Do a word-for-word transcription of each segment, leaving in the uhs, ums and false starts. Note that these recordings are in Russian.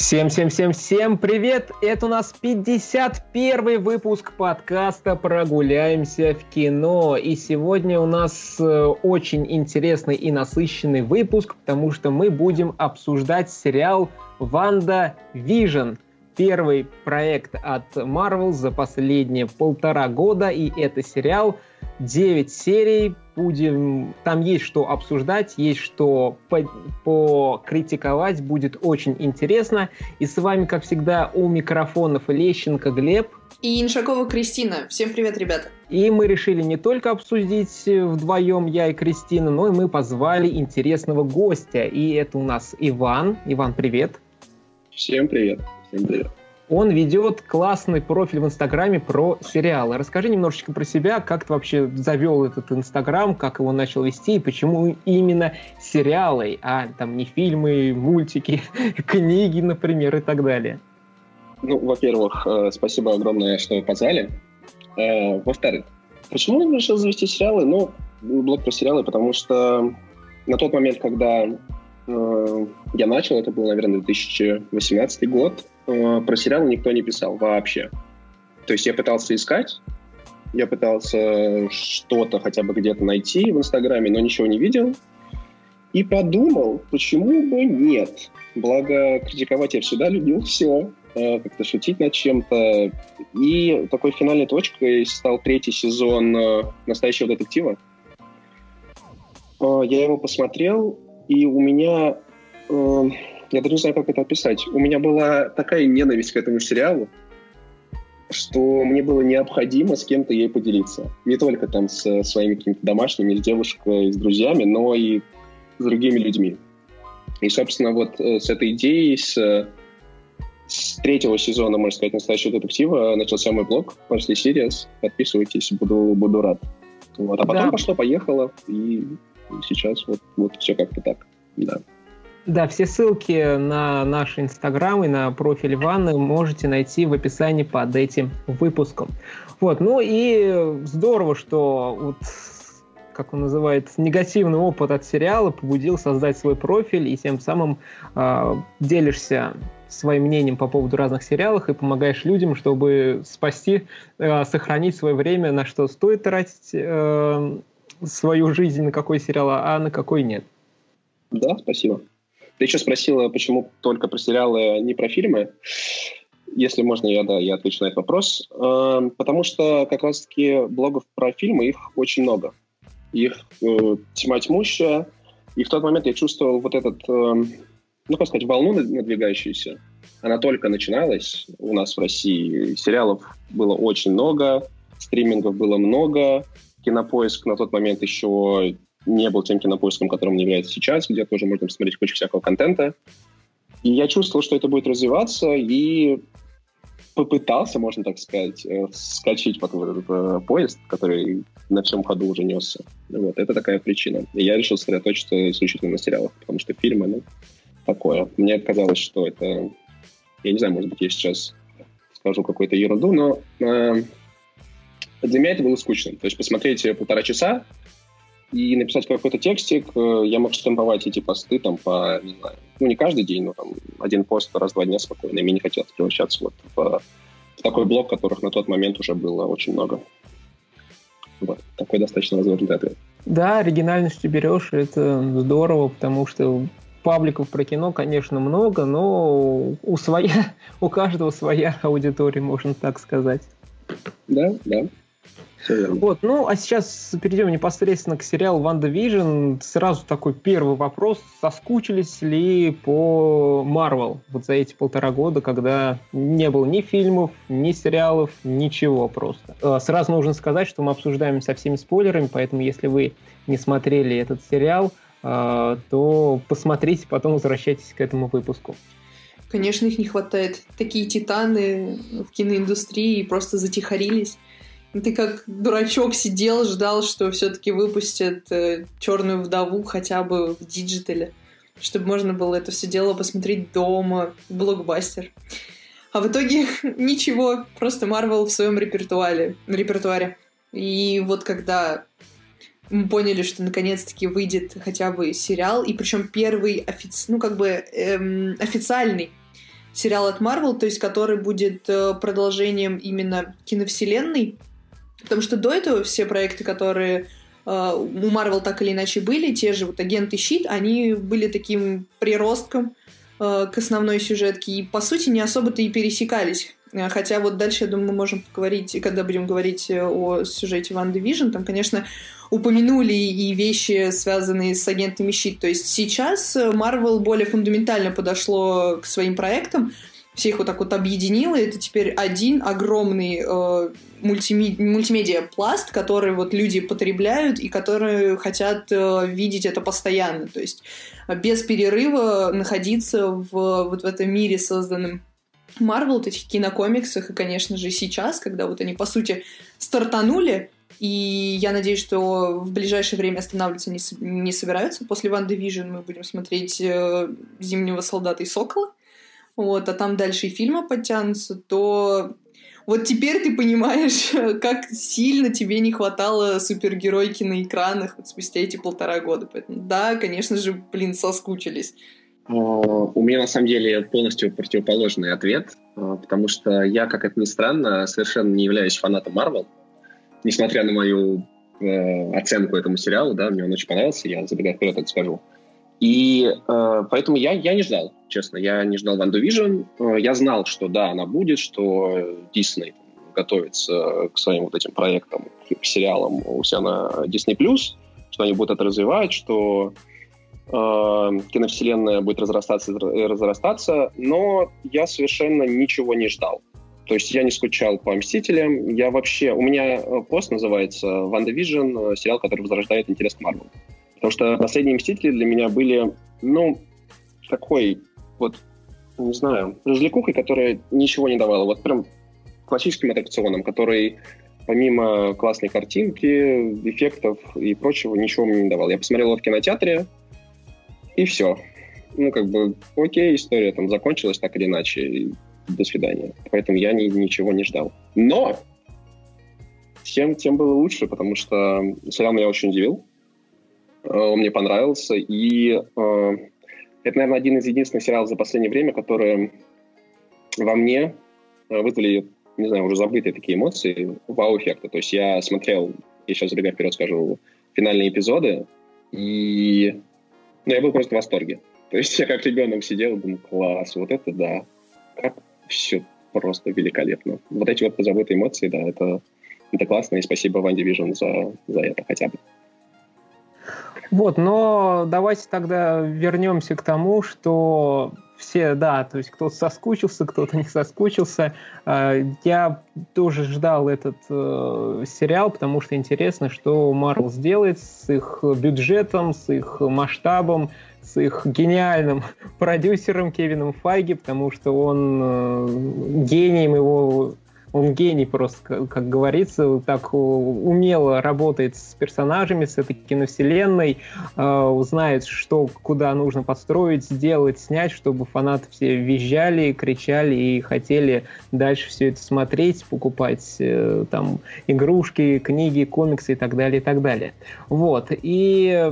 Всем-всем-всем-всем привет! Это у нас пятьдесят первый выпуск подкаста «Прогуляемся в кино». И сегодня у нас очень интересный и насыщенный выпуск, потому что мы будем обсуждать сериал «Ванда Вижн». Первый проект от Marvel за последние полтора года, и это сериал, девять серий. Будем... Там есть что обсуждать, есть что по... покритиковать, будет очень интересно. И с вами, как всегда, у микрофонов Лещенко Глеб и Иншакова Кристина. Всем привет, ребята! И мы решили не только обсудить вдвоем, я и Кристина, но и мы позвали интересного гостя. И это у нас Иван. Иван, привет! Всем привет! Всем привет! Он ведет классный профиль в Инстаграме про сериалы. Расскажи немножечко про себя, как ты вообще завел этот Инстаграм, как его начал вести, и почему именно сериалы, а там не фильмы, мультики, книги, например, и так далее. Ну, во-первых, спасибо огромное, что вы позвали. Во-вторых, почему я решил завести сериалы? Ну, блог про сериалы, потому что на тот момент, когда я начал, это был, наверное, две тысячи восемнадцатый год, про сериалы никто не писал вообще. То есть я пытался искать, я пытался что-то хотя бы где-то найти в Инстаграме, но ничего не видел. И подумал, почему бы нет. Благо, критиковать я всегда любил все, как-то шутить над чем-то. И такой финальной точкой стал третий сезон «Настоящего детектива». Я его посмотрел, и у меня... Я даже не знаю, как это описать. У меня была такая ненависть к этому сериалу, что мне было необходимо с кем-то ей поделиться. Не только там с своими какими-то домашними, с девушкой, с друзьями, но и с другими людьми. И, собственно, вот с этой идеей, с, с третьего сезона, можно сказать, «Настоящего детектива» начался мой блог «После Serious». Подписывайтесь, буду, буду рад. Вот. А потом да. пошло-поехало, и, и сейчас вот, вот все как-то так. Да. Да, все ссылки на наш Инстаграм и на профиль Ивана можете найти в описании под этим выпуском. Вот, ну и здорово, что вот, как он называет, негативный опыт от сериала побудил создать свой профиль, и тем самым э, делишься своим мнением по поводу разных сериалов и помогаешь людям, чтобы спасти, э, сохранить свое время, на что стоит тратить э, свою жизнь, на какой сериал, а на какой нет. Да, спасибо. Ты еще спросила, почему только про сериалы, а не про фильмы. Если можно, я, да, я отвечу на этот вопрос. Э, потому что как раз-таки блогов про фильмы, их очень много. Их э, тьма тьмущая. И в тот момент я чувствовал вот этот, э, ну, как сказать, волну надвигающуюся. Она только начиналась у нас в России. Сериалов было очень много, стримингов было много. Кинопоиск на тот момент еще... не был тем кинопоиском, которым он является сейчас, где тоже можно посмотреть кучу всякого контента. И я чувствовал, что это будет развиваться, и попытался, можно так сказать, скачать под этот поезд, который на всем ходу уже несся. Вот, это такая причина. И я решил сосредоточиться исключительно на сериалах, потому что фильмы, ну, такое. Мне казалось, что это... Я не знаю, может быть, я сейчас скажу какую-то ерунду, но э, для меня это было скучно. То есть посмотреть полтора часа, и написать какой-то текстик, я мог штамповать эти посты там по, не знаю, ну не каждый день, но там один пост раз в два дня спокойно. И мне не хотелось превращаться вот в, в такой блог, которых на тот момент уже было очень много. Вот, такой достаточно развернутый ответ. Да, оригинальностью берешь, это здорово, потому что пабликов про кино, конечно, много, но у, своя, у каждого своя аудитория, можно так сказать. Да, да. Вот, ну, а сейчас перейдем непосредственно к сериалу «Ванда Вижн». Сразу такой первый вопрос. Соскучились ли по Marvel вот за эти полтора года, когда не было ни фильмов, ни сериалов, ничего просто? Сразу нужно сказать, что мы обсуждаем со всеми спойлерами, поэтому если вы не смотрели этот сериал, то посмотрите, потом возвращайтесь к этому выпуску. Конечно, их не хватает. Такие титаны в киноиндустрии просто затихарились. Ты как дурачок сидел, ждал, что все-таки выпустят э, «Черную вдову» хотя бы в диджитале, чтобы можно было это все дело посмотреть дома, блокбастер. А в итоге ничего, просто Marvel в своем репертуаре. репертуаре. И вот когда мы поняли, что наконец-таки выйдет хотя бы сериал, и причем первый офици... ну, как бы, эм, официальный сериал от Marvel, то есть который будет э, продолжением именно киновселенной. Потому что до этого все проекты, которые э, у Marvel так или иначе были, те же вот «Агенты Щит», они были таким приростком э, к основной сюжетке и, по сути, не особо-то и пересекались. Хотя вот дальше, я думаю, мы можем поговорить, когда будем говорить о сюжете «Ван Дивижн», там, конечно, упомянули и вещи, связанные с «Агентами Щит». То есть сейчас Marvel более фундаментально подошло к своим проектам, все их вот так вот объединило, это теперь один огромный э, мультиме- мультимедиа-пласт, который вот люди потребляют и которые хотят э, видеть это постоянно. То есть без перерыва находиться в, вот в этом мире, созданном Marvel, вот этих кинокомиксах, и, конечно же, сейчас, когда вот они, по сути, стартанули, и я надеюсь, что в ближайшее время останавливаться не, с- не собираются. После «Ван Дивижн» мы будем смотреть э, «Зимнего солдата» и «Сокола», вот, а там дальше и фильмы подтянутся, то вот теперь ты понимаешь, как сильно тебе не хватало супергеройки на экранах вот спустя эти полтора года. Поэтому, да, конечно же, блин, соскучились. У меня, на самом деле, полностью противоположный ответ, потому что я, как это ни странно, совершенно не являюсь фанатом Marvel, несмотря на мою э, оценку этому сериалу, да, мне он очень понравился, я забегая вперед это скажу. И э, поэтому я, я не ждал, честно, я не ждал «Ван Дивижн. Э, я знал, что да, она будет, что Disney готовится к своим вот этим проектам, к сериалам у себя на Disney+, что они будут это развивать, что э, киновселенная будет разрастаться и разрастаться, но я совершенно ничего не ждал. То есть я не скучал по «Мстителям», я вообще... У меня пост называется «Ван Дивижн», сериал, который возрождает интерес к Марвел. Потому что последние «Мстители» для меня были, ну, такой, вот, не знаю, развлекухой, которая ничего не давала. Вот прям классическим аттракционом, который помимо классной картинки, эффектов и прочего ничего мне не давал. Я посмотрел его в кинотеатре, и все. Ну, как бы, окей, история там закончилась так или иначе, и до свидания. Поэтому я ни, ничего не ждал. Но тем, тем было лучше, потому что сериал меня очень удивил. Он мне понравился, и э, это, наверное, один из единственных сериалов за последнее время, которые во мне вызвали, не знаю, уже забытые такие эмоции, вау-эффекта. То есть я смотрел, я сейчас забегая вперед скажу, финальные эпизоды, и ну, я был просто в восторге. То есть я как ребенок сидел и думал, класс, вот это да, как все просто великолепно. Вот эти вот позабытые эмоции, да, это, это классно, и спасибо «Ван Дивижн» за, за это хотя бы. Вот, но давайте тогда вернемся к тому, что все, да, то есть кто-то соскучился, кто-то не соскучился. Я тоже ждал этот э, сериал, потому что интересно, что Marvel сделает с их бюджетом, с их масштабом, с их гениальным продюсером Кевином Файги, потому что он э, гением его... Он гений просто, как, как говорится, так умело работает с персонажами, с этой киновселенной, э, знает, что куда нужно подстроить, сделать, снять, чтобы фанаты все визжали, кричали и хотели дальше все это смотреть, покупать э, там игрушки, книги, комиксы и так далее, и так далее. Вот. И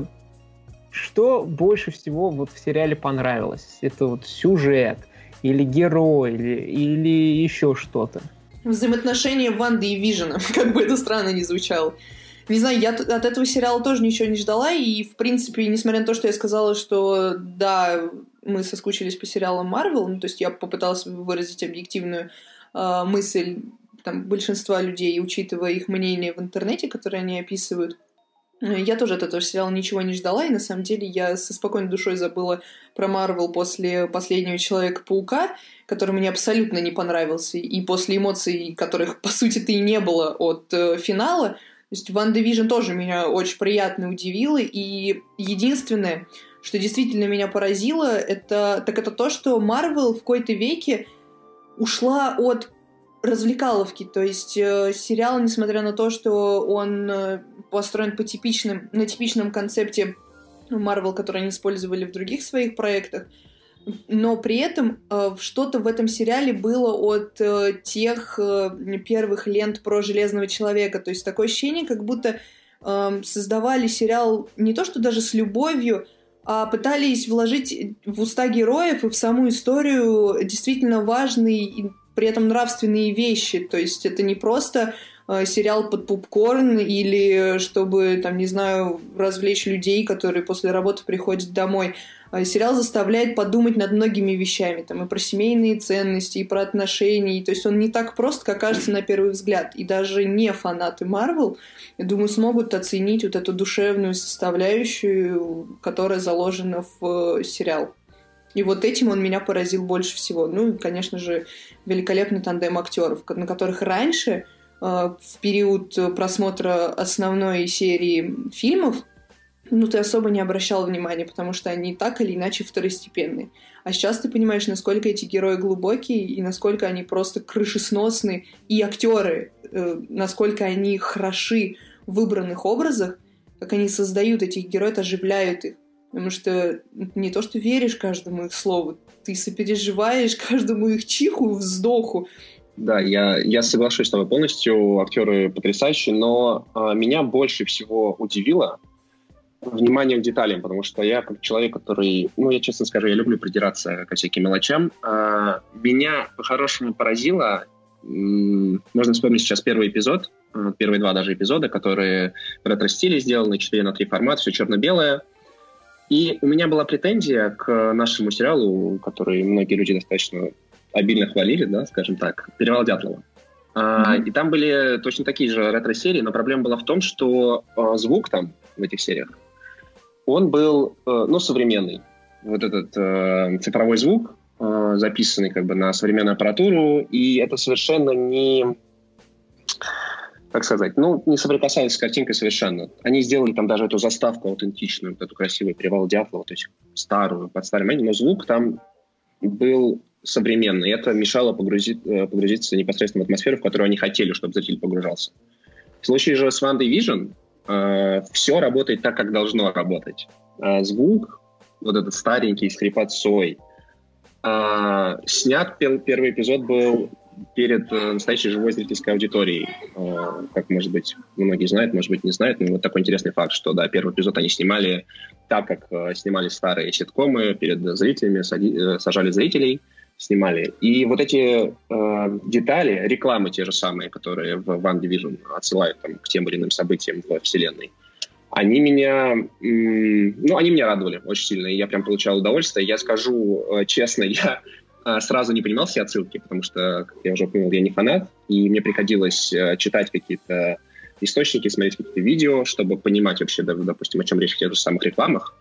что больше всего вот в сериале понравилось? Это вот сюжет, или герой, или, или еще что-то? Взаимоотношения Ванды и Вижена, как бы это странно ни звучало. Не знаю, я от этого сериала тоже ничего не ждала, и, в принципе, несмотря на то, что я сказала, что, да, мы соскучились по сериалам Marvel, ну, то есть я попыталась выразить объективную э, мысль там, большинства людей, учитывая их мнение в интернете, которые они описывают, я тоже от этого сериала ничего не ждала, и на самом деле я со спокойной душой забыла про Marvel после последнего Человека-паука, который мне абсолютно не понравился, и после эмоций, которых, по сути-то, и не было от э, финала. То есть «Ван Дивижн» тоже меня очень приятно удивила, и единственное, что действительно меня поразило, это, так это то, что Marvel в какой-то веке ушла от развлекаловки, то есть э, сериал, несмотря на то, что он э, построен по типичным, на типичном концепте Marvel, который они использовали в других своих проектах, но при этом э, что-то в этом сериале было от э, тех э, первых лент про Железного Человека, то есть такое ощущение, как будто э, создавали сериал не то, что даже с любовью, а пытались вложить в уста героев и в саму историю действительно важные и при этом нравственные вещи. То есть это не просто э, сериал под попкорн или чтобы, там, не знаю, развлечь людей, которые после работы приходят домой. Э, сериал заставляет подумать над многими вещами. Там, и про семейные ценности, и про отношения. То есть он не так прост, как кажется на первый взгляд. И даже не фанаты Marvel, я думаю, смогут оценить вот эту душевную составляющую, которая заложена в э, сериал. И вот этим он меня поразил больше всего. Ну и, конечно же, великолепный тандем актеров, на которых раньше, э, в период просмотра основной серии фильмов, ну, ты особо не обращал внимания, потому что они так или иначе второстепенные. А сейчас ты понимаешь, насколько эти герои глубокие, и насколько они просто крышесносные, и актеры, э, насколько они хороши в выбранных образах, как они создают этих героев, оживляют их. Потому что не то, что веришь каждому их слову, ты сопереживаешь каждому их чиху, вздоху. Да, я, я соглашусь с тобой полностью, актеры потрясающие, но а, меня больше всего удивило внимание к деталям, потому что я как человек, который, ну, я честно скажу, я люблю придираться ко всяким мелочам. А, меня по-хорошему поразило, м- можно вспомнить сейчас первый эпизод, первые два даже эпизода, которые в ретро-стиле сделаны, четыре на три формат, все черно-белое. И у меня была претензия к нашему сериалу, который многие люди достаточно обильно хвалили, да, скажем так, «Перевал Дятлова». Mm-hmm. А, и там были точно такие же ретро-серии, но проблема была в том, что а, звук там в этих сериях, он был, а, ну, современный. Вот этот а, цифровой звук, а, записанный как бы на современную аппаратуру, и это совершенно не... как сказать, ну, не соприкасались с картинкой совершенно. Они сделали там даже эту заставку аутентичную, вот эту красивую «Перевал Дятлова», то есть старую, под старым именем, но звук там был современный, и это мешало погрузить, погрузиться непосредственно в атмосферу, в которую они хотели, чтобы зритель погружался. В случае же с WandaVision э, все работает так, как должно работать. Э, звук, вот этот старенький, с хрипотцой, э, снят пер- первый эпизод был перед э, настоящей живой зрительской аудиторией. Э, как, может быть, многие знают, может быть, не знают, но вот такой интересный факт, что, да, первый эпизод они снимали так, как э, снимали старые ситкомы, перед зрителями, сади, э, сажали зрителей, снимали. И вот эти э, детали, рекламы те же самые, которые в WandaVision отсылают там, к тем или иным событиям в вселенной, они меня, м- ну, они меня радовали очень сильно, и я прям получал удовольствие. Я скажу э, честно, я сразу не понимал все отсылки, потому что, как я уже понял, я не фанат, и мне приходилось э, читать какие-то источники, смотреть какие-то видео, чтобы понимать вообще, допустим, о чем речь в тех же самых рекламах.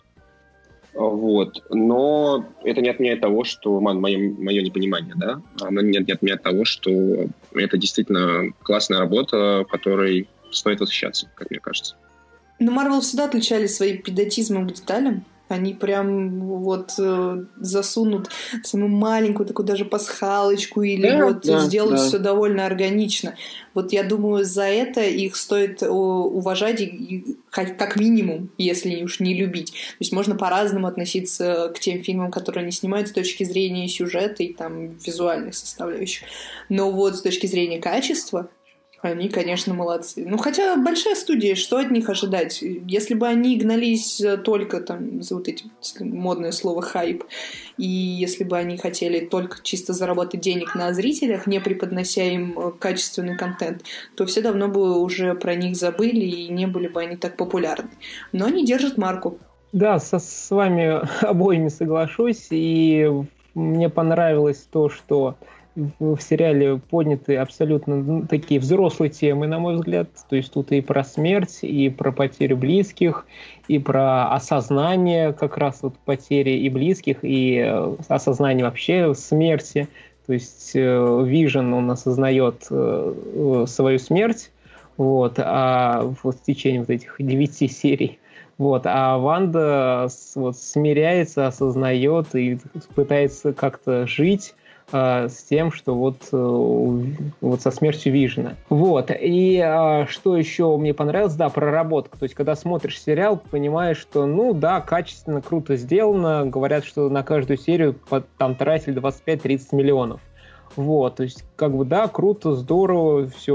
Вот. Но это не отменяет того, что, ман, мое, мое непонимание, да, оно не, не отменяет того, что это действительно классная работа, которой стоит восхищаться, как мне кажется. Но Marvel всегда отличались своим педантизмом к деталям. Они прям вот э, засунут самую маленькую такую даже пасхалочку или да, вот да, сделают да. все довольно органично. Вот я думаю, за это их стоит уважать и, и, как минимум, если уж не любить. То есть можно по-разному относиться к тем фильмам, которые они снимают с точки зрения сюжета и там визуальных составляющих. Но вот с точки зрения качества они, конечно, молодцы. Ну, хотя большая студия, что от них ожидать? Если бы они гнались только там за вот эти модное слово хайп, и если бы они хотели только чисто заработать денег на зрителях, не преподнося им качественный контент, то все давно бы уже про них забыли, и не были бы они так популярны. Но они держат марку. Да, со, с вами обоими соглашусь, и мне понравилось то, что в сериале подняты абсолютно такие взрослые темы, на мой взгляд. То есть тут и про смерть, и про потерю близких, и про осознание как раз вот потери и близких, и осознание вообще смерти. То есть Вижн, он осознает свою смерть, вот, а вот в течение вот этих девяти серий. Вот, а Ванда вот, смиряется, осознает и пытается как-то жить с тем, что вот, вот со смертью Вижна. Вот. И а, что еще мне понравилось? Да, проработка. То есть, когда смотришь сериал, понимаешь, что, ну да, качественно, круто сделано. Говорят, что на каждую серию там тратили двадцать пять-тридцать миллионов. Вот. То есть, как бы, да, круто, здорово, все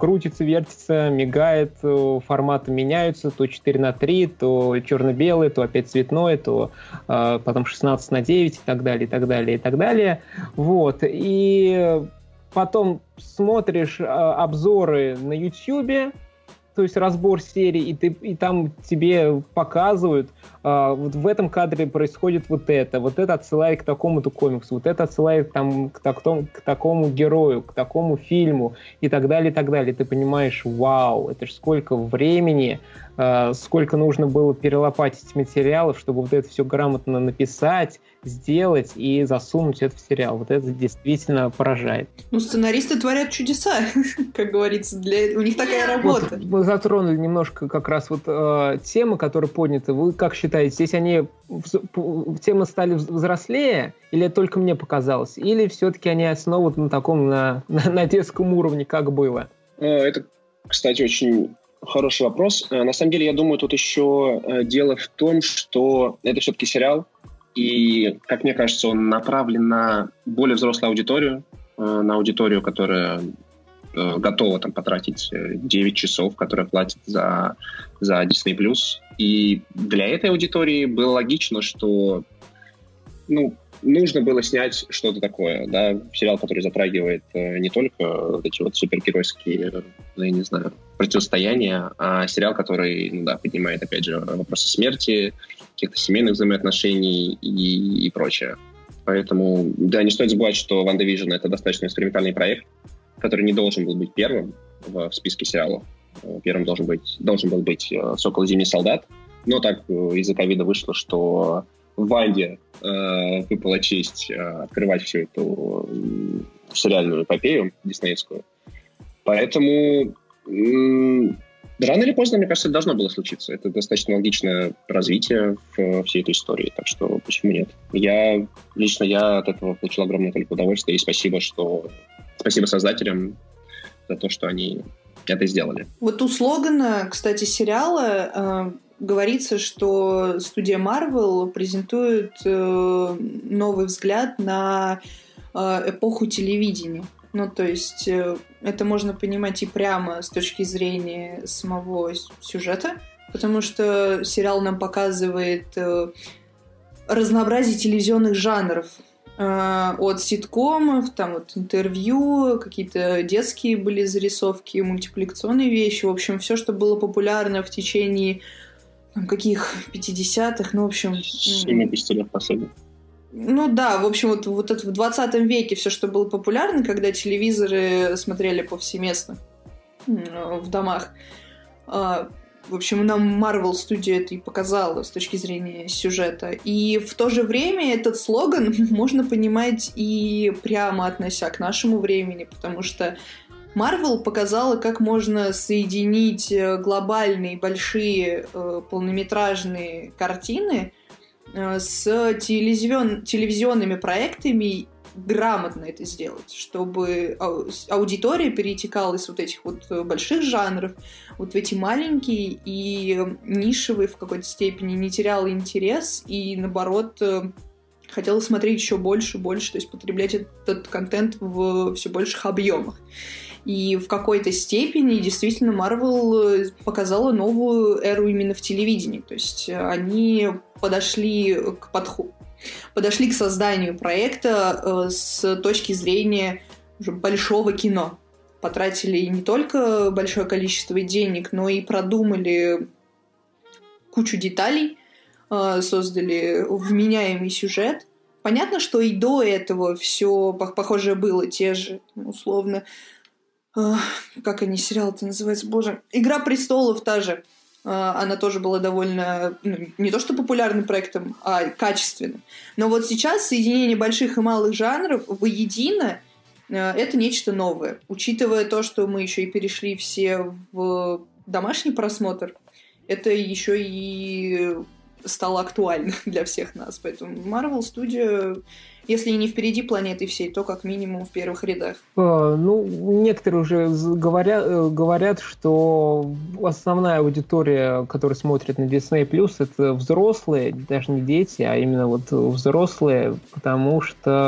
крутится, вертится, мигает, форматы меняются, то четыре на три, то черно-белый, то опять цветной, то э, потом шестнадцать на девять и так далее, и так далее, и так далее. Вот. И потом смотришь э, обзоры на YouTube, то есть разбор серии, и, ты, и там тебе показывают, а, вот в этом кадре происходит вот это, вот это отсылает к такому-то комиксу, вот это отсылает там, к, такому, к такому герою, к такому фильму и так далее, и так далее. Ты понимаешь, вау, это ж сколько времени, а, сколько нужно было перелопатить материалов, чтобы вот это все грамотно написать, сделать и засунуть это в сериал. Вот это действительно поражает. Ну, сценаристы творят чудеса, как говорится, для... у них такая работа. Вот, мы затронули немножко как раз вот э, темы, которые подняты. Вы как считаете, здесь они темы стали взрослее, или это только мне показалось? Или все-таки они основаны на таком, на, на, на детском уровне, как было? Это, кстати, очень хороший вопрос. На самом деле, я думаю, тут еще дело в том, что это все-таки сериал, и, как мне кажется, он направлен на более взрослую аудиторию, на аудиторию, которая готова там потратить девять часов, которая платит за, за Disney+. И для этой аудитории было логично, что ну, нужно было снять что-то такое, да, сериал, который затрагивает не только вот эти вот супергеройские, ну, я не знаю, противостояния, а сериал, который, ну да, поднимает, опять же, вопросы смерти, каких-то семейных взаимоотношений и, и прочее. Поэтому, да, не стоит забывать, что WandaVision — это достаточно экспериментальный проект, который не должен был быть первым в, в списке сериалов. Первым должен, быть, должен был быть «Сокол и Зимний солдат», но так из-за ковида вышло, что Ванде э, выпала честь э, открывать всю эту э, сериальную эпопею диснеевскую. Поэтому э, рано или поздно, мне кажется, это должно было случиться. Это достаточно логичное развитие в всей этой истории, так что почему нет? Я, лично я от этого получил огромное только удовольствие, и спасибо, что спасибо создателям за то, что они это сделали. Вот у слогана, кстати, сериала э, говорится, что студия Marvel презентует э, новый взгляд на э, эпоху телевидения. Ну, то есть э, это можно понимать и прямо с точки зрения самого сюжета, потому что сериал нам показывает э, разнообразие телевизионных жанров. От ситкомов, там вот интервью, какие-то детские были зарисовки, мультипликационные вещи. В общем, все, что было популярно в течение там, каких пятидесятых, ну, в общем... семидесяти лет последних. Ну да, в общем, вот, вот это в двадцатом веке все, что было популярно, когда телевизоры смотрели повсеместно в домах. В общем, нам Marvel Studio это и показала с точки зрения сюжета. И в то же время этот слоган можно понимать и прямо относя к нашему времени, потому что Marvel показала, как можно соединить глобальные большие э, полнометражные картины э, с телевизион... телевизионными проектами, грамотно это сделать, чтобы аудитория перетекала из вот этих вот больших жанров вот в эти маленькие и нишевые в какой-то степени, не теряла интерес и, наоборот, хотела смотреть еще больше и больше, то есть потреблять этот контент в все больших объемах. И в какой-то степени действительно Marvel показала новую эру именно в телевидении, то есть они подошли к подходу подошли к созданию проекта э, с точки зрения уже большого кино. Потратили не только большое количество денег, но и продумали кучу деталей, э, создали вменяемый сюжет. Понятно, что и до этого все похожее было, те же, условно, э, как они, сериал-то называется, боже, «Игра престолов» та же. Она тоже была довольно, ну, не то что популярным проектом, а качественным. Но вот сейчас соединение больших и малых жанров воедино — это нечто новое. Учитывая то, что мы еще и перешли все в домашний просмотр, это еще и стало актуально для всех нас. Поэтому Marvel Studio если не впереди планеты всей, то как минимум в первых рядах. А, ну, некоторые уже говорят, говорят, что основная аудитория, которая смотрит на Disney+, это взрослые, даже не дети, а именно вот взрослые, потому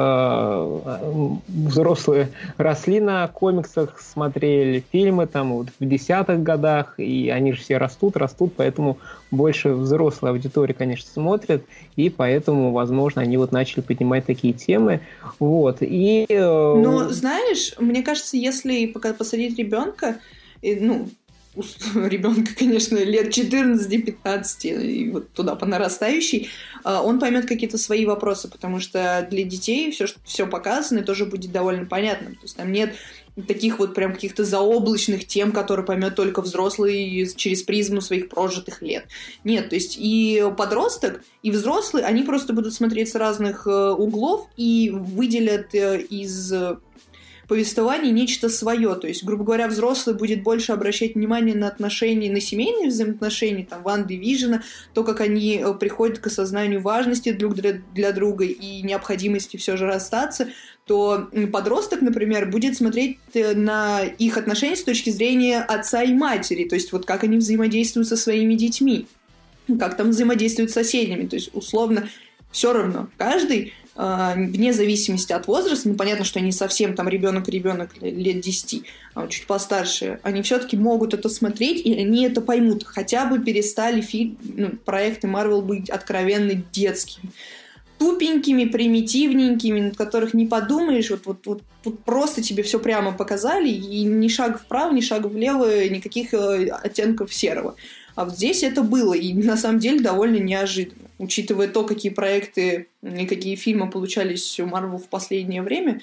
что взрослые росли на комиксах, смотрели фильмы там вот в десятых годах, и они же все растут, растут, поэтому больше взрослая аудитория, конечно, смотрит, и поэтому, возможно, они вот начали поднимать такие темы. Вот. И, но, знаешь, мне кажется, если пока посадить ребенка, ну, ребенка, конечно, лет четырнадцать-пятнадцать, и вот туда по нарастающей, он поймет какие-то свои вопросы, потому что для детей все, все показано, и тоже будет довольно понятным. То есть там нет таких вот прям каких-то заоблачных тем, которые поймет только взрослый через призму своих прожитых лет. Нет, то есть и подросток, и взрослый, они просто будут смотреть с разных углов и выделят из повествовании нечто свое. То есть, грубо говоря, взрослый будет больше обращать внимание на отношения, на семейные взаимоотношения, там, Ванды и Вижена, то, как они приходят к осознанию важности друг для, для друга и необходимости все же расстаться, то подросток, например, будет смотреть на их отношения с точки зрения отца и матери, то есть вот как они взаимодействуют со своими детьми, как там взаимодействуют с соседями, то есть условно все равно каждый, вне зависимости от возраста, ну, понятно, что они совсем там ребенок-ребенок лет десяти, а чуть постарше, они все-таки могут это смотреть, и они это поймут. Хотя бы перестали фильм, ну, проекты Marvel быть откровенно детскими. Тупенькими, примитивненькими, над которых не подумаешь, вот, вот, вот, вот просто тебе все прямо показали, и ни шага вправо, ни шага влево, никаких оттенков серого. А вот здесь это было, и на самом деле довольно неожиданно. Учитывая то, какие проекты и какие фильмы получались у Marvel в последнее время,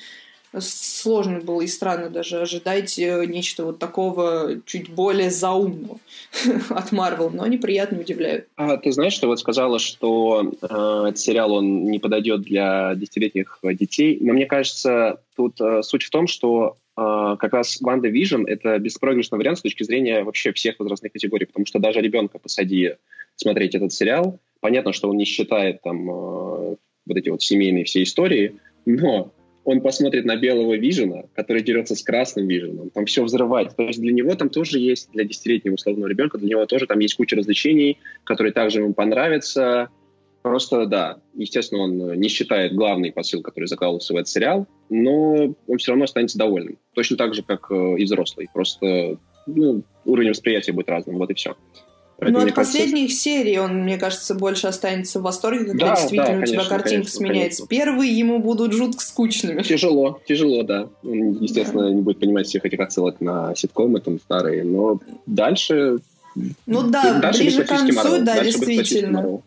сложно было и странно даже ожидать нечто вот такого чуть более заумного от Marvel, но они приятно удивляют. А ты знаешь, что вот сказала, что э, этот сериал, он не подойдет для десятилетних детей, но мне кажется, тут э, суть в том, что э, как раз Ванда Вижн — это беспроигрышный вариант с точки зрения вообще всех возрастных категорий, потому что даже ребенка посади смотреть этот сериал, понятно, что он не считает там э, вот эти вот семейные все истории, но он посмотрит на белого Вижена, который дерется с красным Виженом, там все взрывать. То есть для него там тоже есть, для десятилетнего условного ребенка, для него тоже там есть куча развлечений, которые также ему понравятся. Просто, да, естественно, он не считает главный посыл, который закладывался в этот сериал, но он все равно останется довольным. Точно так же, как и взрослый. Просто ну, уровень восприятия будет разным, вот и все. Но от последних кажется... серий он, мне кажется, больше останется в восторге, когда да, действительно да, конечно, у тебя картинка конечно, сменяется. Конечно. Первые ему будут жутко скучными. Тяжело, тяжело, да. Он, естественно, да. не будет понимать всех этих отсылок на ситкомы там старые, но дальше... Ну да, дальше ближе к концу, Marvel. Да, дальше действительно.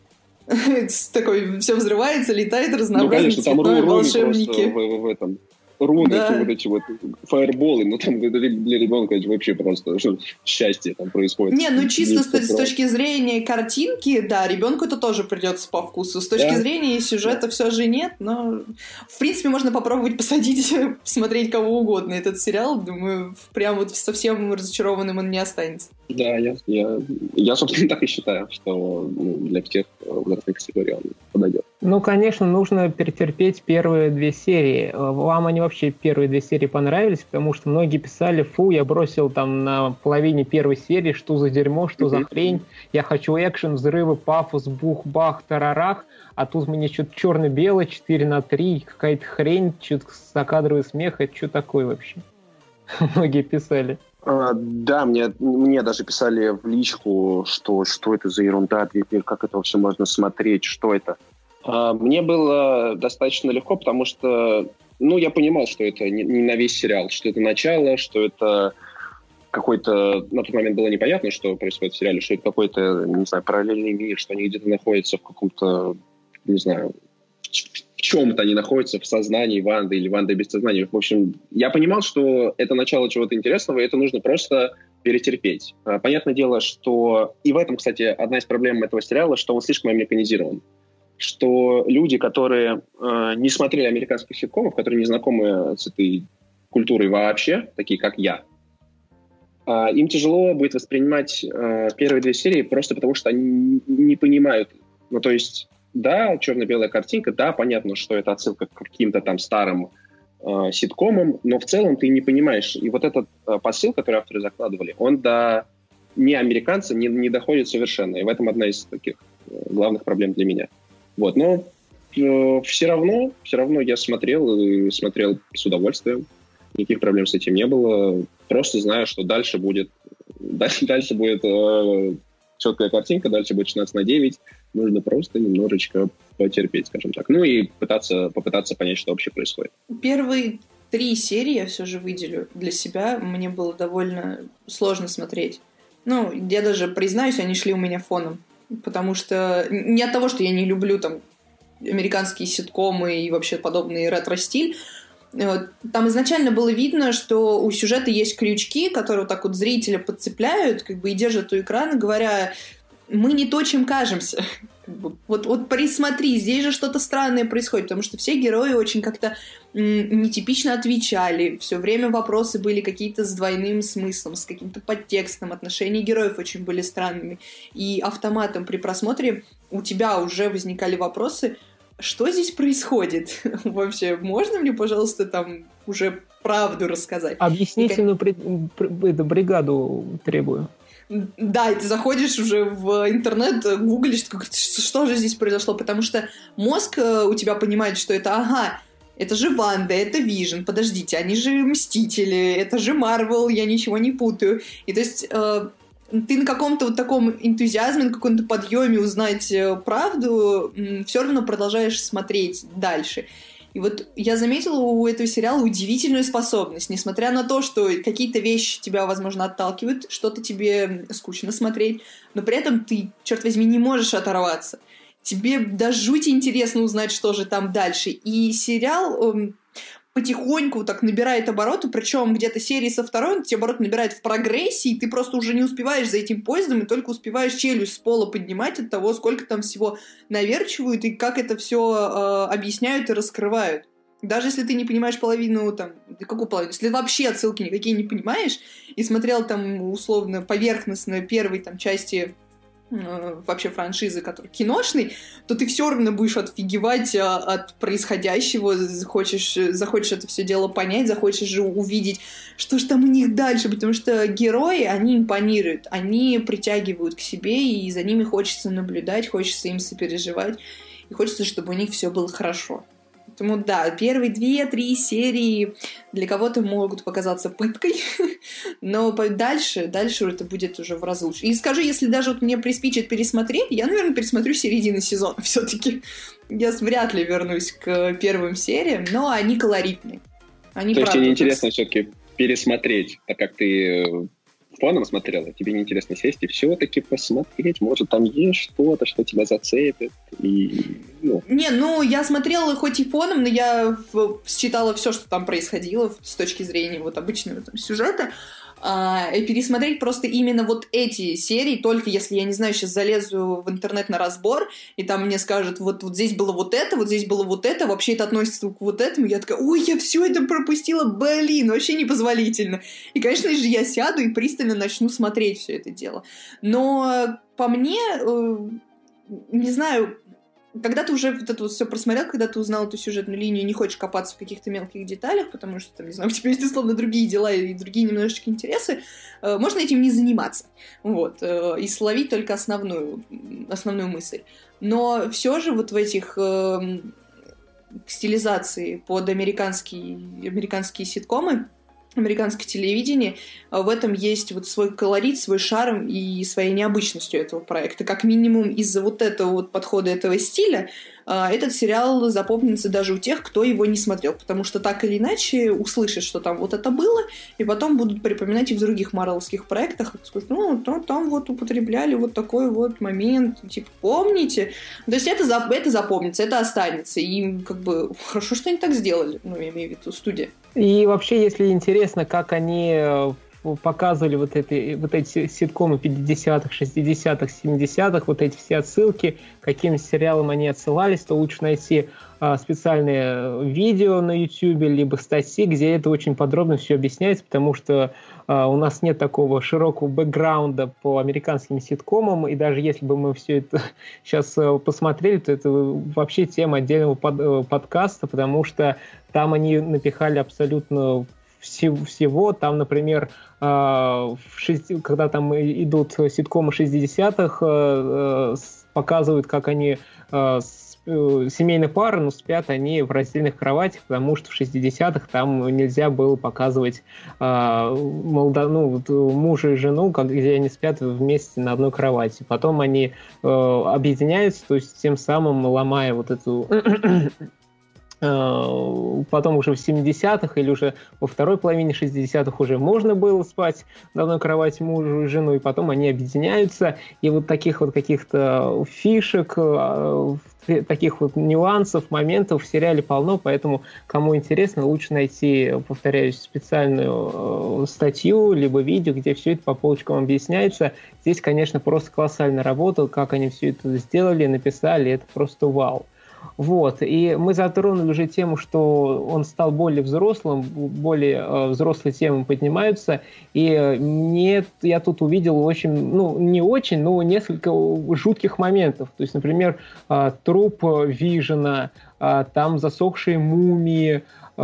Такой, все взрывается, летает, разнообразные ну, цветные волшебники. В, в этом... руны, да. вот эти вот фаерболы, ну там для ребенка вообще просто счастье там происходит. Не, ну чисто с, с точки зрения картинки, да, ребенку это тоже придется по вкусу. С точки да. зрения сюжета да. все же нет, но в принципе можно попробовать посадить, посмотреть кого угодно этот сериал. Думаю, прям вот совсем разочарованным он не останется. Да, я, я, я собственно, так и считаю, что ну, для всех возрастных категорий он подойдет. Ну, конечно, нужно перетерпеть первые две серии. Вам они вообще первые две серии понравились? Потому что многие писали, фу, я бросил там на половине первой серии, что за дерьмо, что за хрень. Я хочу экшен, взрывы, пафос, бух-бах, тарарах. А тут мне что-то черно-белое, четыре на три, какая-то хрень, что-то закадровый смех. Это что такое вообще? Многие писали. А, да, мне, мне даже писали в личку, что, что это за ерунда, как это вообще можно смотреть, что это. А, мне было достаточно легко, потому что, ну, я понимал, что это не, не на весь сериал, что это начало, что это какой-то... На тот момент было непонятно, что происходит в сериале, что это какой-то, не знаю, параллельный мир, что они где-то находятся в каком-то, не знаю... в чем-то они находятся в сознании Ванды или Ванды без сознания. В общем, я понимал, что это начало чего-то интересного, и это нужно просто перетерпеть. Понятное дело, что... И в этом, кстати, одна из проблем этого сериала, что он слишком американизирован. Что люди, которые э, не смотрели американских ситкомов, которые не знакомы с этой культурой вообще, такие как я, э, им тяжело будет воспринимать э, первые две серии просто потому, что они не понимают. Ну, то есть... да, черно-белая картинка, да, понятно, что это отсылка к каким-то там старым э, ситкомам, но в целом ты не понимаешь. И вот этот э, посыл, который авторы закладывали, он до не американца не, не доходит совершенно. И в этом одна из таких э, главных проблем для меня. Вот, но э, все равно, все равно я смотрел и смотрел с удовольствием. Никаких проблем с этим не было. Просто знаю, что дальше будет, дальше, дальше будет э, четкая картинка, дальше будет шестнадцать на девять. Нужно просто немножечко потерпеть, скажем так. Ну и пытаться, попытаться понять, что вообще происходит. Первые три серии я все же выделю для себя. Мне было довольно сложно смотреть. Ну, я даже признаюсь, они шли у меня фоном. Потому что не от того, что я не люблю там американские ситкомы и вообще подобный ретро-стиль. Там изначально было видно, что у сюжета есть крючки, которые вот так вот зрителя подцепляют, как бы и держат у экрана, говоря: мы не то, чем кажемся. Вот, вот присмотри, здесь же что-то странное происходит, потому что все герои очень как-то м- нетипично отвечали, все время вопросы были какие-то с двойным смыслом, с каким-то подтекстом, отношения героев очень были странными. И автоматом при просмотре у тебя уже возникали вопросы: что здесь происходит? Вообще, можно мне, пожалуйста, там уже правду рассказать? Объяснительную как... при... эту бригаду требую. Да, и ты заходишь уже в интернет, гуглишь, что же здесь произошло, потому что мозг у тебя понимает, что это, ага, это же Ванда, это Вижн, подождите, они же Мстители, это же Марвел, я ничего не путаю. И то есть э, ты на каком-то вот таком энтузиазме, на каком-то подъеме узнать правду, все равно продолжаешь смотреть дальше. И вот я заметила у этого сериала удивительную способность. Несмотря на то, что какие-то вещи тебя, возможно, отталкивают, что-то тебе скучно смотреть, но при этом ты, черт возьми, не можешь оторваться. Тебе до жути интересно узнать, что же там дальше. И сериал он потихоньку так набирает обороты, причем где-то серии со второй он эти обороты набирает в прогрессе, и ты просто уже не успеваешь за этим поездом, и только успеваешь челюсть с пола поднимать от того, сколько там всего наверчивают, и как это все э, объясняют и раскрывают. Даже если ты не понимаешь половину, там, какую половину, если вообще отсылки никакие не понимаешь, и смотрел там условно поверхностно первой там части вообще франшизы, который киношный, то ты все равно будешь отфигевать от происходящего, захочешь, захочешь это все дело понять, захочешь же увидеть, что же там у них дальше, потому что герои, они импонируют, они притягивают к себе, и за ними хочется наблюдать, хочется им сопереживать, и хочется, чтобы у них все было хорошо. Поэтому, да, первые две-три серии для кого-то могут показаться пыткой, но дальше, дальше это будет уже в разы лучше. И скажу, если даже вот мне приспичит пересмотреть, я, наверное, пересмотрю середину сезона все-таки. Я вряд ли вернусь к первым сериям, но они колоритные. Они, То есть правда, тебе неинтересно все-таки пересмотреть, так как ты фоном смотрела, тебе неинтересно сесть и все-таки посмотреть, может, там есть что-то, что тебя зацепит, и... Ну. Не, ну, я смотрела хоть и фоном, но я считала все, что там происходило с точки зрения вот обычного там сюжета, а, и пересмотреть просто именно вот эти серии, только если, я не знаю, сейчас залезу в интернет на разбор, и там мне скажут, вот, вот здесь было вот это, вот здесь было вот это, вообще это относится к вот этому, я такая: ой, я все это пропустила, блин, вообще непозволительно. И, конечно же, я сяду и пристально начну смотреть все это дело. Но по мне, э, не знаю, когда ты уже вот это вот все просмотрел, когда ты узнал эту сюжетную линию, не хочешь копаться в каких-то мелких деталях, потому что, там, не знаю, у тебя есть, условно, другие дела и другие немножечко интересы, э, можно этим не заниматься. Вот. Э, и словить только основную, основную мысль. Но все же вот в этих э, стилизации под американские, американские ситкомы, американское телевидение, в этом есть вот свой колорит, свой шарм и своей необычностью этого проекта. Как минимум из-за вот этого вот подхода, этого стиля, этот сериал запомнится даже у тех, кто его не смотрел, потому что так или иначе услышат, что там вот это было, и потом будут припоминать и в других марвелских проектах, и скажут: ну, там, там вот употребляли вот такой вот момент, типа, помните? То есть это, это запомнится, это останется, и как бы хорошо, что они так сделали, ну, я имею в виду студия. И вообще, если интересно, как они показывали вот, эти, вот эти ситкомы пятидесятых, шестидесятых, семидесятых, вот эти все отсылки, каким сериалам они отсылались, то лучше найти а, специальные видео на YouTube, либо статьи, где это очень подробно все объясняется, потому что а, у нас нет такого широкого бэкграунда по американским ситкомам, и даже если бы мы все это сейчас посмотрели, то это вообще тема отдельного под, подкаста, потому что там они напихали абсолютно всего. Там, например, в шести... когда там идут ситкомы шестидесятых, показывают, как они семейные пары, но спят они в раздельных кроватях, потому что в шестидесятых там нельзя было показывать молодо... ну, вот, мужа и жену, как, где они спят вместе на одной кровати. Потом они объединяются, то есть тем самым ломая вот эту... Потом уже в семидесятых или уже во второй половине шестидесятых уже можно было спать на одной кровати мужу и жену, и потом они объединяются. И вот таких вот каких-то фишек, таких вот нюансов, моментов в сериале полно, поэтому кому интересно, лучше найти, повторяюсь, специальную статью, либо видео, где все это по полочкам объясняется. Здесь, конечно, просто колоссально работал, как они все это сделали, написали, это просто вау. Вот, и мы затронули уже тему, что он стал более взрослым, более э, взрослые темы поднимаются, и мне, я тут увидел очень, ну, не очень, но несколько жутких моментов. То есть, например, э, труп Вижена, э, там засохшие мумии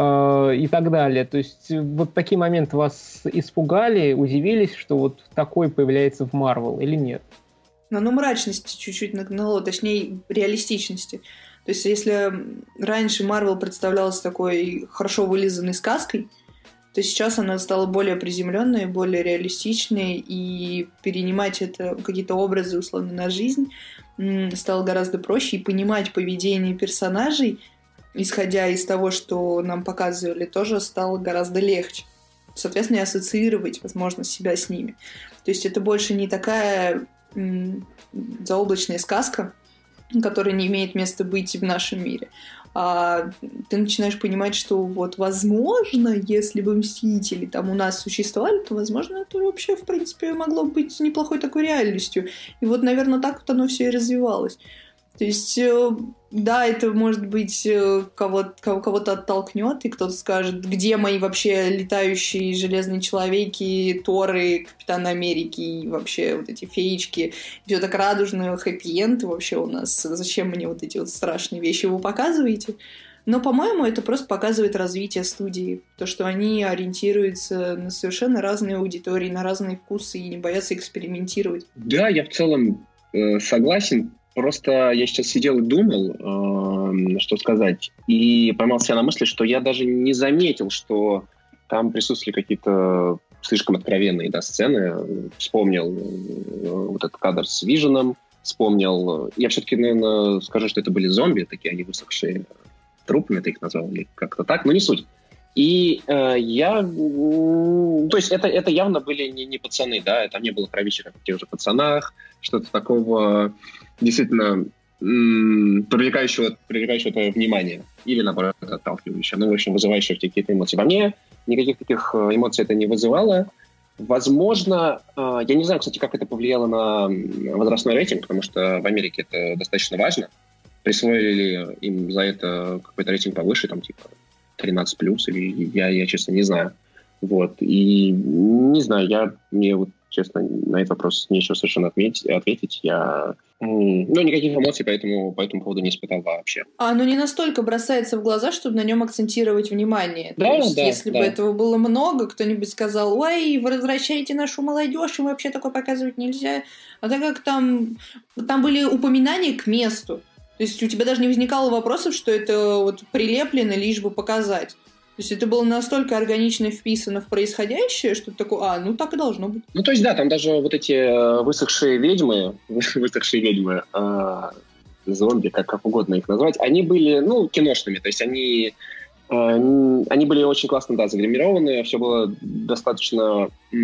э, и так далее. То есть, вот такие моменты вас испугали, удивились, что вот такой появляется в Marvel или нет? Ну, ну мрачности чуть-чуть нагнало, точнее, реалистичности. То есть, если раньше Marvel представлялась такой хорошо вылизанной сказкой, то сейчас она стала более приземленной, более реалистичной, и перенимать это, какие-то образы, условно, на жизнь стало гораздо проще, и понимать поведение персонажей, исходя из того, что нам показывали, тоже стало гораздо легче. Соответственно, и ассоциировать, возможно, себя с ними. То есть, это больше не такая м- заоблачная сказка, которая не имеет места быть в нашем мире. А ты начинаешь понимать, что вот, возможно, если бы Мстители там у нас существовали, то, возможно, это вообще, в принципе, могло быть неплохой такой реальностью. И вот, наверное, так вот оно все и развивалось. То есть, да, это, может быть, кого-то, кого-то оттолкнет, и кто-то скажет, где мои вообще летающие железные человеки, Торы, Капитаны Америки, и вообще вот эти феечки. Все так радужно, хэппи-энд вообще у нас. Зачем мне вот эти вот страшные вещи вы показываете? Но, по-моему, это просто показывает развитие студии. То, что они ориентируются на совершенно разные аудитории, на разные вкусы и не боятся экспериментировать. Да, я в целом э, согласен. Просто я сейчас сидел и думал, э, что сказать, и поймал себя на мысли, что я даже не заметил, что там присутствовали какие-то слишком откровенные, да, сцены. Вспомнил э, вот этот кадр с Виженом, вспомнил... Я все-таки, наверное, скажу, что это были зомби, такие они высохшие трупами, ты их назвал, или как-то так, но не суть. И э, я... То есть это, это явно были не, не пацаны, да, там не было кровища, как в тех же «Пацанах», что-то такого действительно м- привлекающего, привлекающего твое внимание. Или, наоборот, отталкивающего. Ну, в общем, вызывающего какие-то эмоции. Во мне никаких таких эмоций это не вызывало. Возможно, э, я не знаю, кстати, как это повлияло на возрастной рейтинг, потому что в Америке это достаточно важно. Присвоили ли им за это какой-то рейтинг повыше, там, типа, тринадцать плюс, или я, я, честно, не знаю. Вот. И не знаю, я, мне вот, честно, на этот вопрос нечего совершенно отметить, ответить. Я, ну, никаких эмоций по этому, по этому поводу не испытал вообще. А оно не настолько бросается в глаза, чтобы на нем акцентировать внимание. Да, То есть, да, если да. бы этого было много, кто-нибудь сказал, ой, вы возвращаете нашу молодежь, им вообще такое показывать нельзя. А так как там, там были упоминания к месту, то есть у тебя даже не возникало вопросов, что это вот прилеплено лишь бы показать. То есть это было настолько органично вписано в происходящее, что ты такой, а, ну так и должно быть. Ну, то есть, да, там даже вот эти высохшие ведьмы, высохшие ведьмы, э, зомби, как, как угодно их назвать, они были, ну, киношными, то есть они, э, они были очень классно, да, загримированы, все было достаточно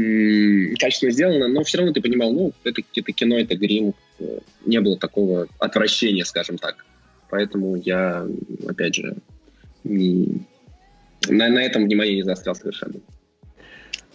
м- качественно сделано, но все равно ты понимал, ну, это, это кино, это грим, не было такого отвращения, скажем так. Поэтому я, опять же, не... на, на этом внимание не заострял совершенно.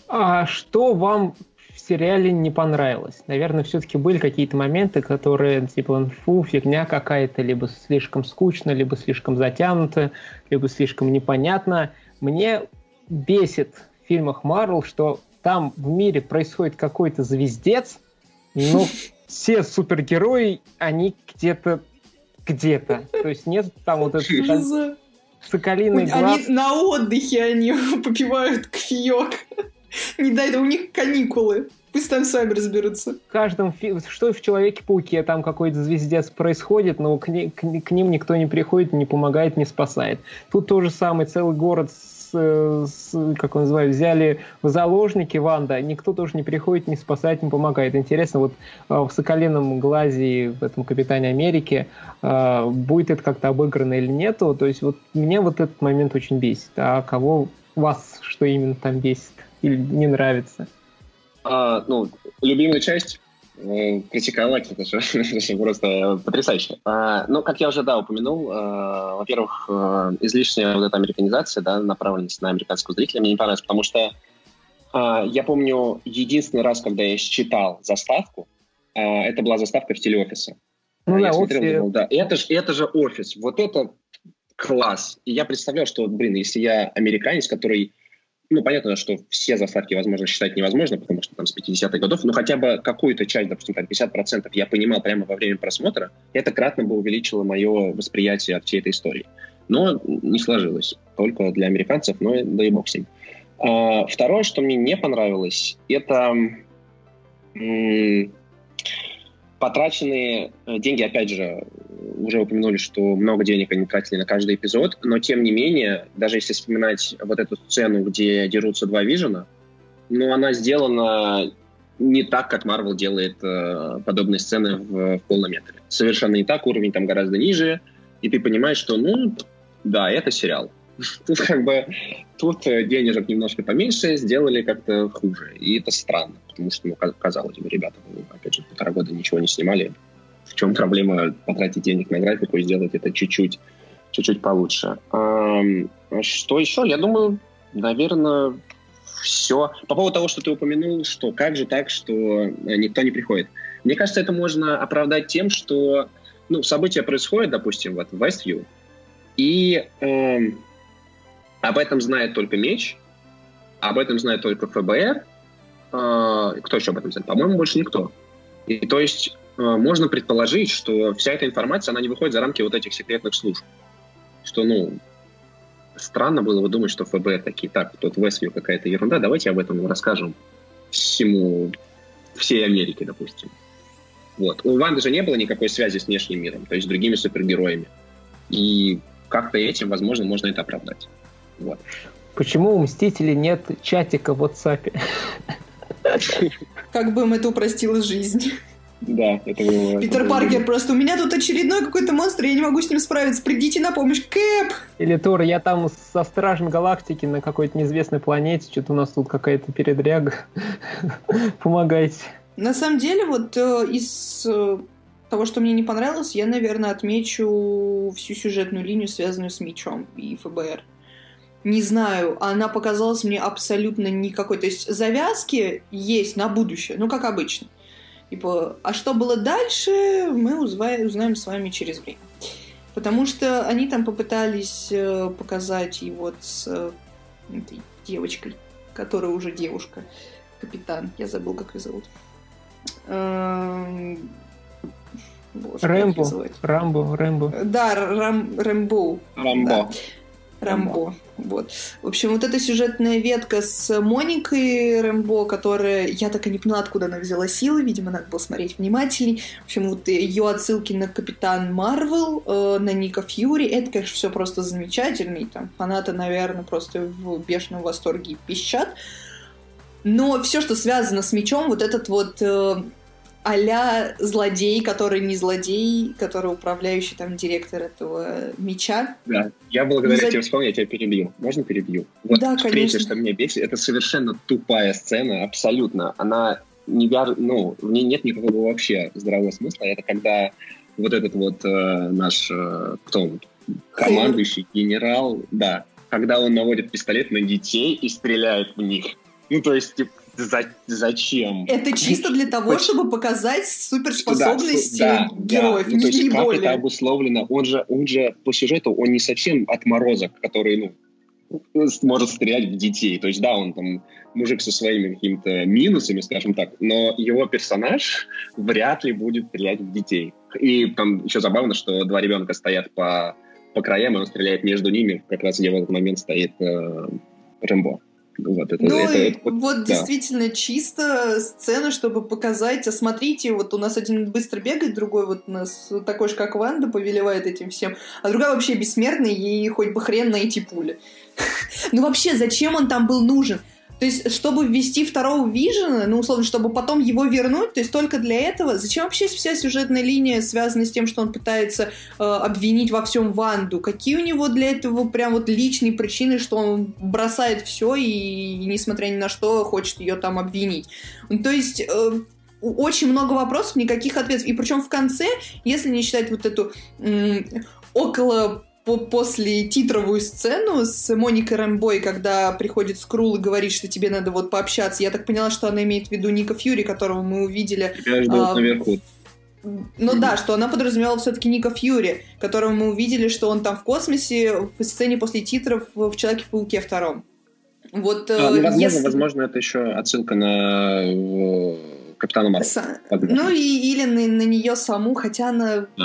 А что вам в сериале не понравилось? Наверное, все-таки были какие-то моменты, которые, типа, фу, фигня какая-то, либо слишком скучно, либо слишком затянуто, либо слишком непонятно. Мне бесит в фильмах Марвел, что там в мире происходит какой-то звездец, но все супергерои, они где-то где-то. То есть нет там вот этот соколиный глаз. Они на отдыхе, они попивают кофеек. Не дай, да у них каникулы. Пусть там сами разберутся. В каждом фильме, что и в «Человеке-пауке», там какой-то звездец происходит, но к, ни, к, к ним никто не приходит, не помогает, не спасает. Тут то же самое, целый город, с, с, как он называет, взяли в заложники Ванда, никто тоже не приходит, не спасает, не помогает. Интересно, вот в «Соколином глазе», в этом «Капитане Америки», будет это как-то обыграно или нету, то есть вот меня вот этот момент очень бесит. А кого вас что именно там бесит или не нравится? А, ну, любимая часть э, критиковать, это же просто потрясающе. А, ну, как я уже, да, упомянул, э, во-первых, э, излишняя вот эта американизация, да, направленность на американского зрителя мне не понравилась, потому что э, я помню единственный раз, когда я считал заставку, э, это была заставка в стиле «Офиса». Ну, я да, смотрел, офис... думал, да, это же, это же «Офис», вот это класс. И я представлял, что, блин, если я американец, который... Ну, понятно, что все заставки, возможно, считать невозможно, потому что там с пятидесятых годов, но хотя бы какую-то часть, допустим, там пятьдесят процентов я понимал прямо во время просмотра, это кратно бы увеличило мое восприятие от всей этой истории. Но не сложилось. Только для американцев, но да и бог с ним. А, второе, что мне не понравилось, это м- потраченные деньги, опять же, уже упомянули, что много денег они тратили на каждый эпизод, но тем не менее, даже если вспоминать вот эту сцену, где дерутся два Вижена, ну, она сделана не так, как Marvel делает э, подобные сцены в, в полном метре. Совершенно не так, уровень там гораздо ниже, и ты понимаешь, что, ну, да, это сериал. Тут как бы, тут денежек немножко поменьше, сделали как-то хуже, и это странно, потому что, ну, казалось бы, ребята, опять же, полтора года ничего не снимали. В чем проблема потратить денег на графику и сделать это чуть-чуть, чуть-чуть получше? А, что еще? Я думаю, наверное, все. По поводу того, что ты упомянул, что как же так, что никто не приходит. Мне кажется, это можно оправдать тем, что ну, события происходят, допустим, вот в Westview, и э, об этом знает только Меч, об этом знает только эф бэ эр. Э, кто еще об этом знает? По-моему, больше никто. И то есть можно предположить, что вся эта информация, она не выходит за рамки вот этих секретных служб. Что, ну, странно было бы думать, что эф бэ эр такие, так, тут в Westview какая-то ерунда, давайте об этом расскажем всему, всей Америке, допустим. Вот. У Ванды же не было никакой связи с внешним миром, то есть с другими супергероями. И как-то этим, возможно, можно это оправдать. Вот. Почему у Мстителей нет чатика в WhatsApp? Как бы им это упростило жизнь. Да, это было... Питер это Паркер было... просто, у меня тут очередной какой-то монстр, я не могу с ним справиться, придите на помощь, Кэп! Или Тор, я там со Стражем Галактики на какой-то неизвестной планете, что-то у нас тут какая-то передряга, помогайте. На самом деле, вот э, из э, того, что мне не понравилось, я, наверное, отмечу всю сюжетную линию, связанную с Мечом и эф бэ эр. Не знаю, она показалась мне абсолютно никакой. То есть завязки есть на будущее, ну, как обычно. Типа, а что было дальше, мы узнаем, узнаем с вами через время. Потому что они там попытались э, показать и вот с э, этой девочкой, которая уже девушка, капитан. Я забыл, как ее зовут. Эм... Боже, Рэмбо, Рамбо, Рэмбо. Да, Рам... Рэмбо. Рамбо. Да. Рамбо. Вот. В общем, вот эта сюжетная ветка с Моникой Рэмбо, которая... Я так и не поняла, откуда она взяла силы. Видимо, надо было смотреть внимательней. В общем, вот ее отсылки на Капитан Марвел, э, на Ника Фьюри. Это, конечно, все просто замечательно. И там фанаты, наверное, просто в бешеном восторге пищат. Но все, что связано с Мечом, вот этот вот... Э, а-ля злодей, который не злодей, который управляющий там директор этого Меча. Да, я благодаря За... тебе вспомнил, я тебя перебью. Можно перебью? Вот да, третье, конечно. что меня бесит, это совершенно тупая сцена, абсолютно. Она не вяр... ну, в ней нет никакого вообще здравого смысла. Это когда вот этот вот э, наш, э, кто он, командующий, генерал, да, когда он наводит пистолет на детей и стреляет в них. Ну, то есть, типа, за, зачем? Это чисто для того, Хоч... чтобы показать суперспособности да, героев, да. Ну, то есть, не как более. это обусловлено? Он же, он же по сюжету, он не совсем отморозок, который, ну, может стрелять в детей. То есть, да, он там мужик со своими какими-то минусами, скажем так, но его персонаж вряд ли будет стрелять в детей. И там еще забавно, что два ребенка стоят по, по краям, и он стреляет между ними, как раз где в этот момент стоит э, Рэмбо. Вот, это, ну, это, это, вот, вот да. действительно чисто сцена, чтобы показать, а смотрите, вот у нас один быстро бегает, другой вот у нас такой же, как Ванда, повелевает этим всем, а другая вообще бессмертная, ей хоть бы хрен найти пули. Ну вообще, зачем он там был нужен? То есть, чтобы ввести второго Вижена, ну, условно, чтобы потом его вернуть, то есть только для этого, зачем вообще вся сюжетная линия связана с тем, что он пытается э, обвинить во всем Ванду? Какие у него для этого прям вот личные причины, что он бросает все и, и несмотря ни на что, хочет ее там обвинить? Ну, то есть... Э, очень много вопросов, никаких ответов. И причем в конце, если не считать вот эту м- около... после титровую сцену с Моникой Рэмбой, когда приходит Скрул и говорит, что тебе надо вот пообщаться. Я так поняла, что она имеет в виду Ника Фьюри, которого мы увидели... Тебя ждут а, наверху. Ну mm-hmm. да, что она подразумевала все-таки Ника Фьюри, которого мы увидели, что он там в космосе, в сцене после титров в Человеке-пауке втором. Вот, а, ну, возможно, если... возможно, это еще отсылка на Капитана Марвел. С... Ну и, или на, на нее саму, хотя она... Да.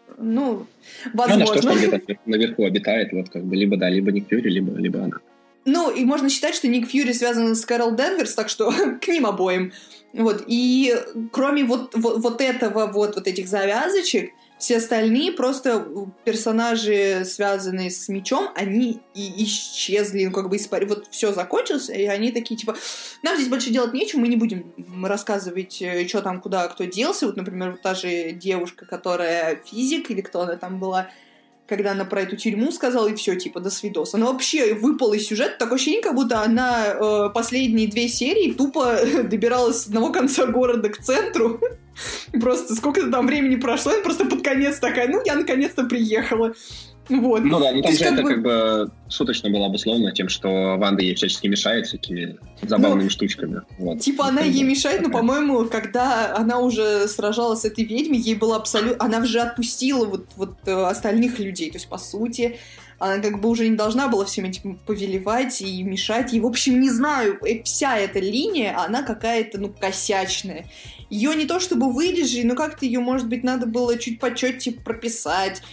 Ну, возможно. Она что там где-то наверху обитает, вот как бы либо да, либо Ник Фьюри, либо, либо она. Ну, и можно считать, что Ник Фьюри связан с Кэрол Денверс, так что к ним обоим. Вот, и кроме вот, вот, вот этого, вот, вот этих завязочек, все остальные просто персонажи, связанные с мечом, они и исчезли, ну, как бы испарили. Вот все закончилось, и они такие, типа, нам здесь больше делать нечего, мы не будем рассказывать, что там, куда, кто делся. Вот, например, та же девушка, которая физик, или кто она там была, когда она про эту тюрьму сказала, и все, типа, до свидос. Она вообще выпала из сюжета. Такое ощущение, как будто она э, последние две серии тупо добиралась с одного конца города к центру. Просто сколько там времени прошло, и просто под конец такая, ну, я наконец-то приехала. Вот. Ну да, ну там же как это бы... как бы суточно было обусловлено тем, что Ванда ей всячески мешает всякими забавными ну, штучками. Вот. Типа она ей мешает, но, по-моему, когда она уже сражалась с этой ведьмой, ей было абсолютно... Она уже отпустила вот, вот остальных людей. То есть, по сути, она как бы уже не должна была всем этим повелевать и мешать. И, в общем, не знаю, вся эта линия, она какая-то, ну, косячная. Ее не то чтобы вырежи, но как-то ее, может быть, надо было чуть почетче прописать.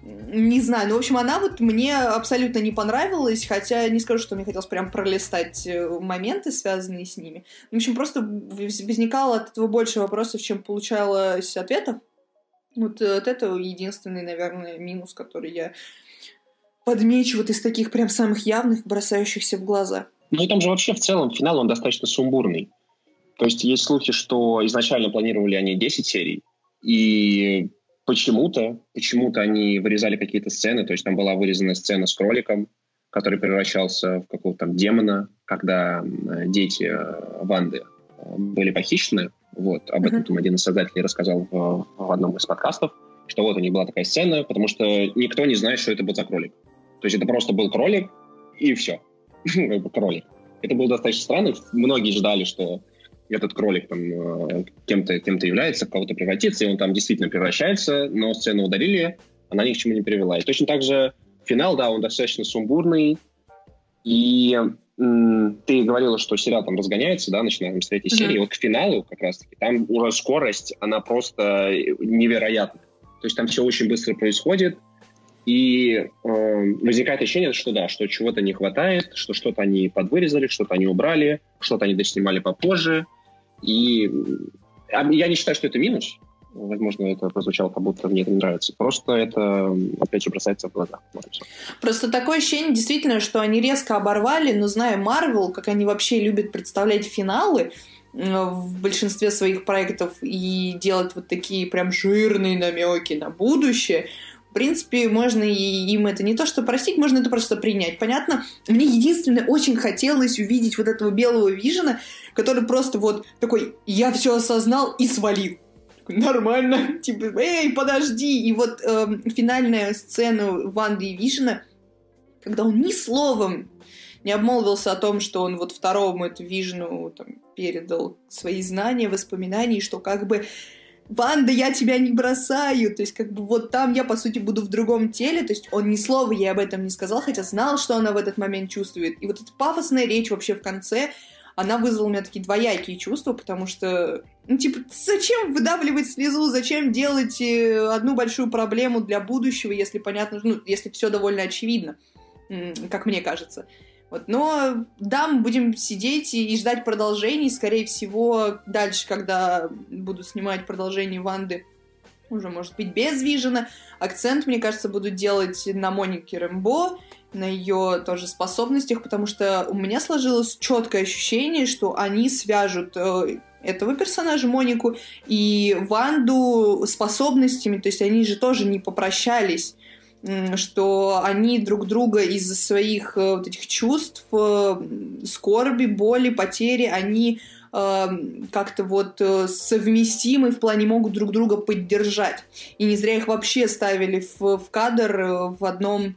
Не знаю, ну, в общем, она вот мне абсолютно не понравилась, хотя не скажу, что мне хотелось прям пролистать моменты, связанные с ними. В общем, просто возникало от этого больше вопросов, чем получалось ответов. Вот от этого единственный, наверное, минус, который я подмечу вот из таких прям самых явных, бросающихся в глаза. Ну и там же вообще в целом финал, он достаточно сумбурный. То есть есть слухи, что изначально планировали они десять серий, и... Почему-то, почему-то они вырезали какие-то сцены, то есть там была вырезана сцена с кроликом, который превращался в какого-то там демона, когда дети Ванды были похищены. Вот, об этом там один из создателей рассказал в, в одном из подкастов, что вот у них была такая сцена, потому что никто не знает, что это был за кролик. То есть это просто был кролик, и все. Кролик. Это было достаточно странно. Многие ждали, что этот кролик там кем-то, кем-то является, в кого-то превратится, и он там действительно превращается, но сцену удалили, она ни к чему не привела. И точно так же финал, да, он достаточно сумбурный, и м- ты говорила, что сериал там разгоняется, да, начиная с третьей mm-hmm. серии, и вот к финалу как раз-таки, там уже скорость, она просто невероятна. То есть там все очень быстро происходит, и э, возникает ощущение, что да, что чего-то не хватает, что что-то они подвырезали, что-то они убрали, что-то они доснимали попозже. И я не считаю, что это минус. Возможно, это прозвучало, как будто мне это не нравится. Просто это, опять же, бросается в глаза. Вот просто такое ощущение, действительно, что они резко оборвали, но зная Marvel, как они вообще любят представлять финалы в большинстве своих проектов и делать вот такие прям жирные намеки на будущее, в принципе, можно и им это не то что простить, можно это просто принять. Понятно? Мне единственное очень хотелось увидеть вот этого белого Вижена, который просто вот такой, я все осознал и свалил. Нормально. Типа, эй, подожди. И вот э, финальная сцена Ванды и Вижена, когда он ни словом не обмолвился о том, что он вот второму это Вижну там, передал свои знания, воспоминания, и что как бы «Ванда, я тебя не бросаю», то есть как бы вот там я, по сути, буду в другом теле, то есть он ни слова ей об этом не сказал, хотя знал, что она в этот момент чувствует. И вот эта пафосная речь вообще в конце, она вызвала у меня такие двоякие чувства, потому что, ну, типа, зачем выдавливать слезу, зачем делать одну большую проблему для будущего, если понятно, ну, если все довольно очевидно, как мне кажется. Вот, но да, мы будем сидеть и, и ждать продолжений, скорее всего, дальше, когда будут снимать продолжение Ванды, уже, может быть, без Вижена. Акцент, мне кажется, будут делать на Монике Рэмбо, на ее тоже способностях, потому что у меня сложилось четкое ощущение, что они свяжут э, этого персонажа, Монику, и Ванду способностями, то есть они же тоже не попрощались, что они друг друга из-за своих э, вот этих чувств, э, скорби, боли, потери, они э, как-то вот э, совместимы в плане могут друг друга поддержать. И не зря их вообще ставили в, в кадр э, в одном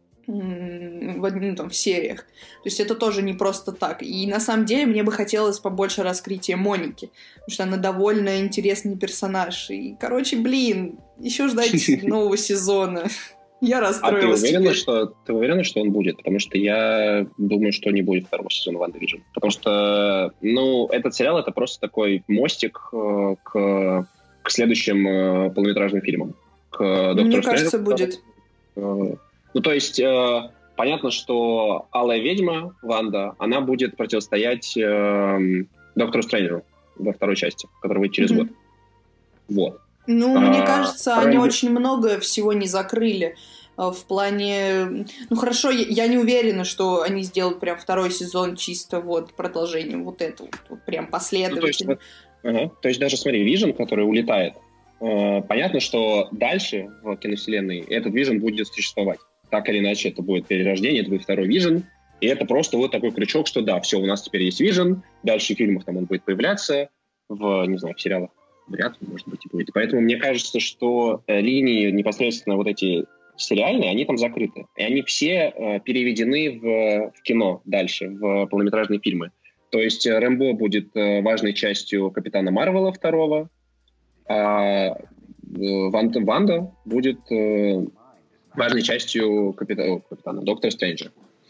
в, ну, там, в сериях. То есть это тоже не просто так. И на самом деле мне бы хотелось побольше раскрытия Моники, потому что она довольно интересный персонаж. И, короче, блин, еще ждать нового сезона. Я расстроилась. А ты уверена, что, ты уверена, что он будет? Потому что я думаю, что не будет второго сезона Ванда Вижн. Потому что, ну, этот сериал — это просто такой мостик э, к, к следующим э, полнометражным фильмам. К Доктору Мне Стрэнджу, кажется, будет. Э, ну, то есть, э, понятно, что Алая Ведьма, Ванда, она будет противостоять э, Доктору Стрэнджу во второй части, которая выйдет через mm-hmm. год. Вот. Ну, а, мне кажется, правильно. Они очень много всего не закрыли. В плане... Ну, хорошо, я, я не уверена, что они сделают прям второй сезон чисто вот продолжением вот этого. Вот прям последовательно. Ну, то, есть, ага, то есть даже, смотри, Вижн, который улетает, э, понятно, что дальше в киновселенной этот Вижн будет существовать. Так или иначе, это будет перерождение, это будет второй Вижн. И это просто вот такой крючок, что да, все, у нас теперь есть Вижн, дальше в фильмах там он будет появляться, в, не знаю, в сериалах. Вряд ли, может быть, и будет. Поэтому мне кажется, что э, линии непосредственно вот эти сериальные, они там закрыты. И они все э, переведены в, в кино дальше, в полнометражные фильмы. То есть э, Рэмбо будет э, важной частью Капитана Марвела второго, а э, Ванда, Ванда будет э, важной частью Капитана, Капитана Доктора Стрэнджа.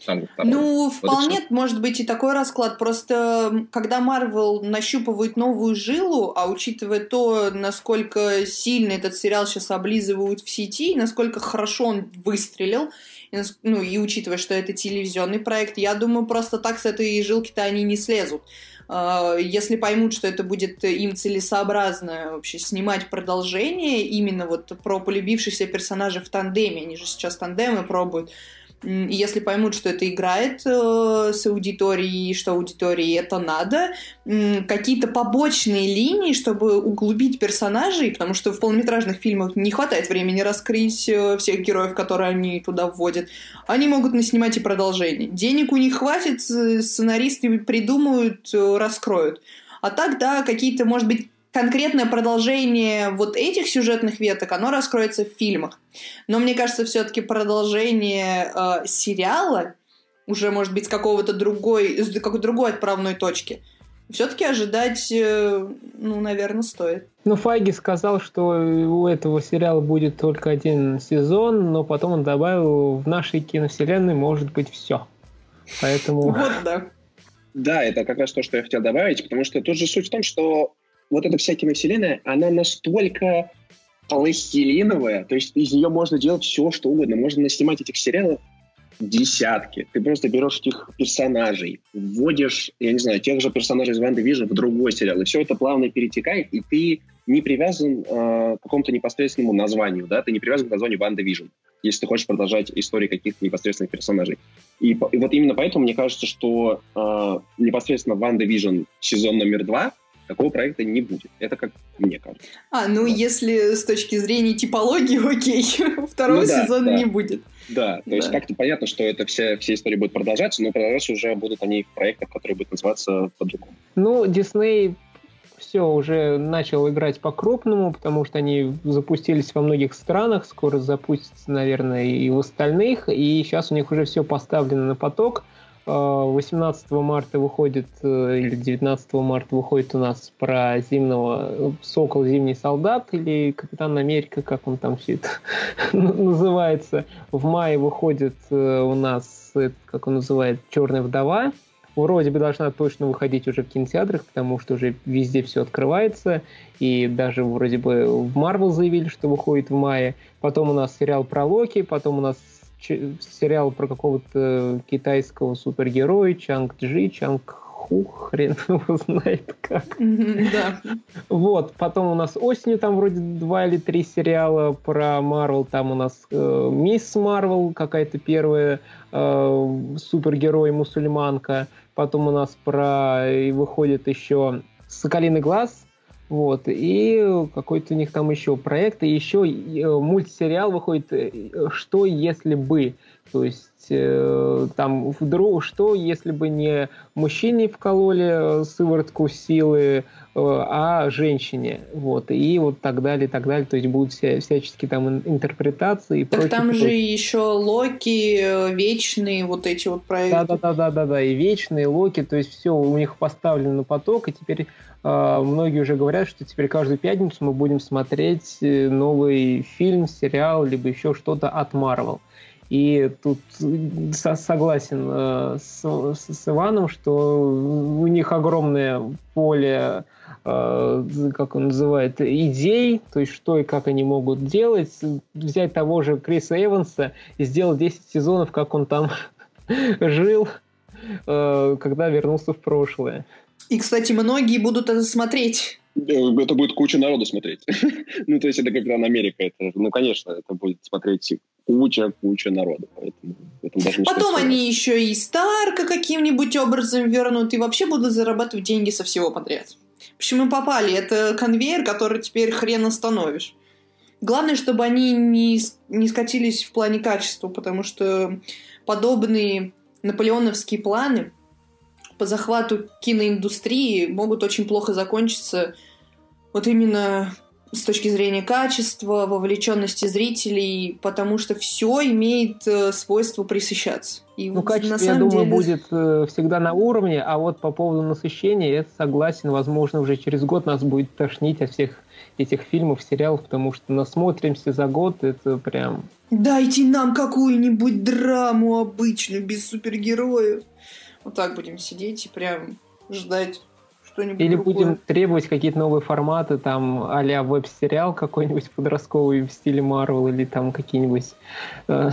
Ну, вполне может быть и такой расклад. Просто когда Марвел нащупывает новую жилу, а учитывая то, насколько сильно этот сериал сейчас облизывают в сети, насколько хорошо он выстрелил, и, ну и учитывая, что это телевизионный проект, я думаю, просто так с этой жилки-то они не слезут. Если поймут, что это будет им целесообразно вообще снимать продолжение именно вот про полюбившихся персонажей в тандеме, они же сейчас тандемы пробуют. И если поймут, что это играет э, с аудиторией, что аудитории это надо, э, какие-то побочные линии, чтобы углубить персонажей, потому что в полнометражных фильмах не хватает времени раскрыть э, всех героев, которые они туда вводят, они могут наснимать и продолжение. Денег у них хватит, сценаристы придумают, э, раскроют. А так, да, какие-то, может быть, конкретное продолжение вот этих сюжетных веток, оно раскроется в фильмах. Но мне кажется, все-таки продолжение э, сериала, уже, может быть, с какого-то другой, с какой-то другой отправной точки, все-таки ожидать, э, ну, наверное, стоит. Ну, Файги сказал, что у этого сериала будет только один сезон, но потом он добавил, в нашей киновселенной может быть все. Поэтому... Вот, да. Да, это как раз то, что я хотел добавить, потому что тут же суть в том, что вот эта вся киновселенная, она настолько пластилиновая, то есть из нее можно делать все, что угодно. Можно наснимать этих сериалов десятки. Ты просто берешь этих персонажей, вводишь, я не знаю, тех же персонажей из Ванды Вижн в другой сериал, и все это плавно перетекает, и ты не привязан э, к какому-то непосредственному названию, да, ты не привязан к названию Ванда Вижн, если ты хочешь продолжать истории каких-то непосредственных персонажей. И, и вот именно поэтому мне кажется, что э, непосредственно Ванда Вижн сезон номер два такого проекта не будет. Это как мне кажется. А, ну, вот. Если с точки зрения типологии, окей, второго ну, да, сезона да. не будет. Да, то да. есть как-то понятно, что это вся, вся история будет продолжаться, но продолжаться уже будут они в проектах, которые будут называться по-другому. Ну, Дисней все уже начал играть по-крупному, потому что они запустились во многих странах, скоро запустятся, наверное, и в остальных, и сейчас у них уже все поставлено на поток. восемнадцатого марта выходит, или девятнадцатого марта выходит у нас про зимнего Сокол, Зимний солдат, или Капитан Америка, как он там все это называется. В мае выходит у нас, как он называет, Черная вдова. Вроде бы должна точно выходить уже в кинотеатрах, потому что уже везде все открывается. И даже вроде бы в Marvel заявили, что выходит в мае. Потом у нас сериал про Локи, потом у нас сериал про какого-то китайского супергероя Чанг-Джи, Чанг-Ху, хрен его знает как. Mm-hmm, да. Вот, потом у нас осенью там вроде два или три сериала про Марвел. Там у нас э, Мисс Марвел, какая-то первая э, супергерой-мусульманка. Потом у нас про и выходит еще «Соколиный глаз». Вот, и какой-то у них там еще проект, и еще мультсериал выходит «Что, если бы?». То есть э, там вдруг, что, если бы не мужчине вкололи сыворотку силы, э, а женщине. Вот, и вот так далее, и так далее. То есть будут вся, всяческие там интерпретации. И так прочее, там прочее. же еще Локи, Вечные, вот эти вот проекты. Да-да-да-да-да, и Вечные, Локи, то есть все у них поставлено на поток, и теперь э, многие уже говорят, что теперь каждую пятницу мы будем смотреть новый фильм, сериал, либо еще что-то от Marvel. И тут со- согласен э, с, с, с Иваном, что у них огромное поле, э, как он называет, идей, то есть что и как они могут делать. Взять того же Криса Эванса и сделать десять сезонов, как он там жил, э, когда вернулся в прошлое. И, кстати, многие будут это смотреть. Это будет куча народу смотреть. Ну, то есть это Капитан Америка. Это, ну, конечно, это будет смотреть куча-куча народу. Поэтому, поэтому даже Потом не они еще и Старка каким-нибудь образом вернут, и вообще будут зарабатывать деньги со всего подряд. В общем, мы попали. Это конвейер, который теперь хрен остановишь. Главное, чтобы они не, не скатились в плане качества, потому что подобные наполеоновские планы по захвату киноиндустрии могут очень плохо закончиться вот именно с точки зрения качества, вовлеченности зрителей, потому что все имеет э, свойство присыщаться. И ну, вот качество, на самом я думаю, деле... будет э, всегда на уровне, а вот по поводу насыщения, я согласен, возможно, уже через год нас будет тошнить от всех этих фильмов, сериалов, потому что насмотримся за год, это прям... Дайте нам какую-нибудь драму обычную, без супергероев. Вот так будем сидеть и прям ждать что-нибудь Или другое. будем требовать какие-то новые форматы, там, а-ля веб-сериал какой-нибудь подростковый в стиле Marvel, или там какие-нибудь... Э,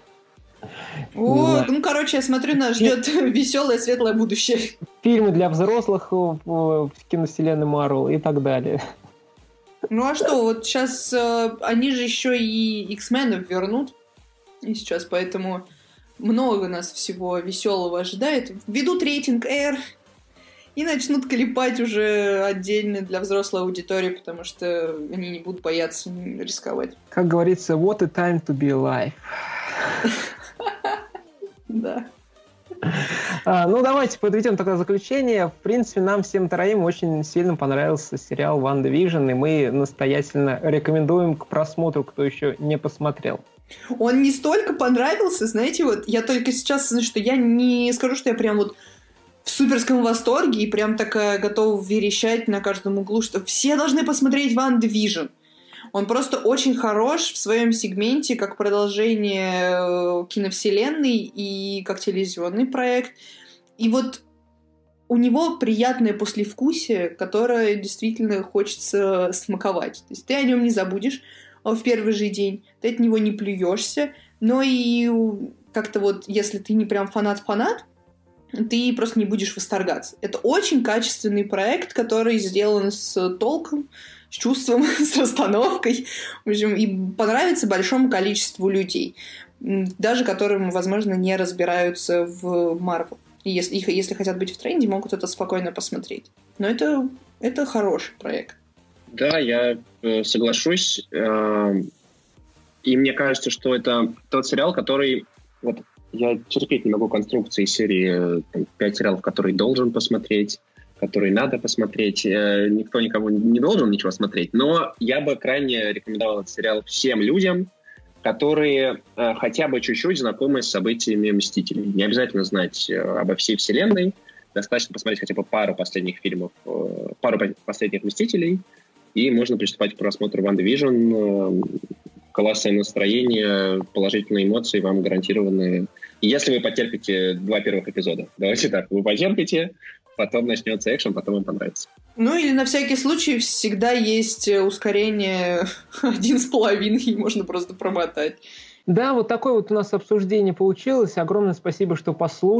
О, ну, короче, я смотрю, нас ждет веселое, светлое будущее. Фильмы для взрослых в, в киновселенной Marvel и так далее. Ну, а что, вот сейчас э, они же еще и X-менов вернут. И сейчас, поэтому много нас всего веселого ожидает. Введут рейтинг R и начнут клепать уже отдельно для взрослой аудитории, потому что они не будут бояться рисковать. Как говорится, what a time to be alive. Да. А, ну, давайте подведем такое заключение. В принципе, нам всем троим очень сильно понравился сериал «Ванда Вижн», и мы настоятельно рекомендуем к просмотру, кто еще не посмотрел. Он не столько понравился, знаете, вот я только сейчас, знаю, что я не скажу, что я прям вот в суперском восторге и прям такая готова верещать на каждом углу, что все должны посмотреть «Ванда Вижн». Он просто очень хорош в своем сегменте, как продолжение киновселенной и как телевизионный проект. И вот у него приятное послевкусие, которое действительно хочется смаковать. То есть ты о нем не забудешь в первый же день, ты от него не плюешься, но и как-то вот, если ты не прям фанат-фанат, ты просто не будешь восторгаться. Это очень качественный проект, который сделан с толком, с чувством, с расстановкой, в общем, и понравится большому количеству людей, даже которым, возможно, не разбираются в Marvel. И если, если хотят быть в тренде, могут это спокойно посмотреть. Но это, это хороший проект. Да, я э, соглашусь. Э, и мне кажется, что это тот сериал, который... Вот, я терпеть не могу конструкции серии там, пять сериалов, которые должен посмотреть, которые надо посмотреть. Э, никто никого не должен ничего смотреть. Но я бы крайне рекомендовал этот сериал всем людям, которые э, хотя бы чуть-чуть знакомы с событиями «Мстителей». Не обязательно знать э, обо всей вселенной, достаточно посмотреть хотя бы пару последних фильмов, э, пару последних «Мстителей», и можно приступать к просмотру «Ван Дивижн». Э, классное настроение, положительные эмоции вам гарантированы, если вы потерпите два первых эпизода. Давайте так, вы потерпите, потом начнется экшен, потом вам понравится. Ну или на всякий случай всегда есть ускорение один с половиной, и можно просто промотать. Да, вот такое вот у нас обсуждение получилось. Огромное спасибо, что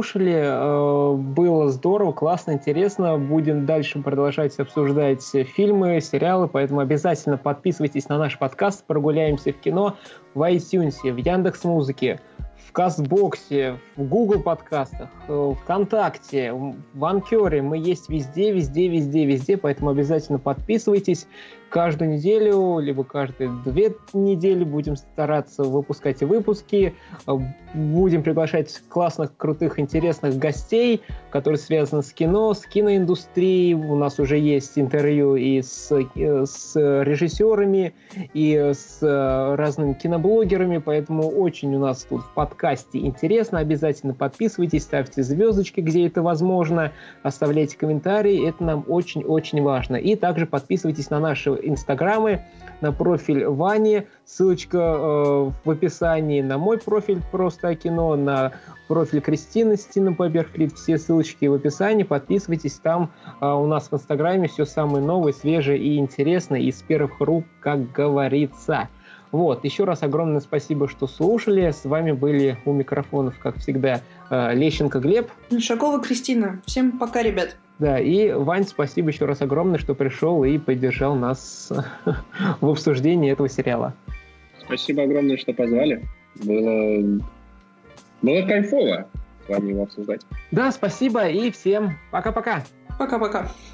послушали. Было здорово, классно, интересно. Будем дальше продолжать обсуждать фильмы, сериалы, поэтому обязательно подписывайтесь на наш подкаст «Прогуляемся в кино» в iTunes, в Яндекс.Музыке, в Кастбоксе, в Google подкастах, в ВКонтакте, в Анкере. Мы есть везде, везде, везде, везде, поэтому обязательно подписывайтесь. Каждую неделю, либо каждые две недели будем стараться выпускать выпуски. Будем приглашать классных, крутых, интересных гостей, которые связаны с кино, с киноиндустрией. У нас уже есть интервью и с, с режиссерами, и с разными киноблогерами, поэтому очень у нас тут в подкасте интересно. Обязательно подписывайтесь, ставьте звездочки, где это возможно, оставляйте комментарии, это нам очень-очень важно. И также подписывайтесь на наши инстаграмы, на профиль Вани, ссылочка э, в описании, на мой профиль «Просто о кино», на профиль Кристины Стина Пепперфлит, все ссылочки в описании, подписывайтесь, там э, у нас в инстаграме все самое новое, свежее и интересное, из первых рук, как говорится. Вот, еще раз огромное спасибо, что слушали. С вами были у микрофонов, как всегда, э, Лещенко Глеб. Шакова Кристина. Всем пока, ребят. Да, и, Вань, спасибо еще раз огромное, что пришел и поддержал нас в обсуждении этого сериала. Спасибо огромное, что позвали. Было, было кайфово с вами его обсуждать. Да, спасибо и всем пока-пока. Пока-пока.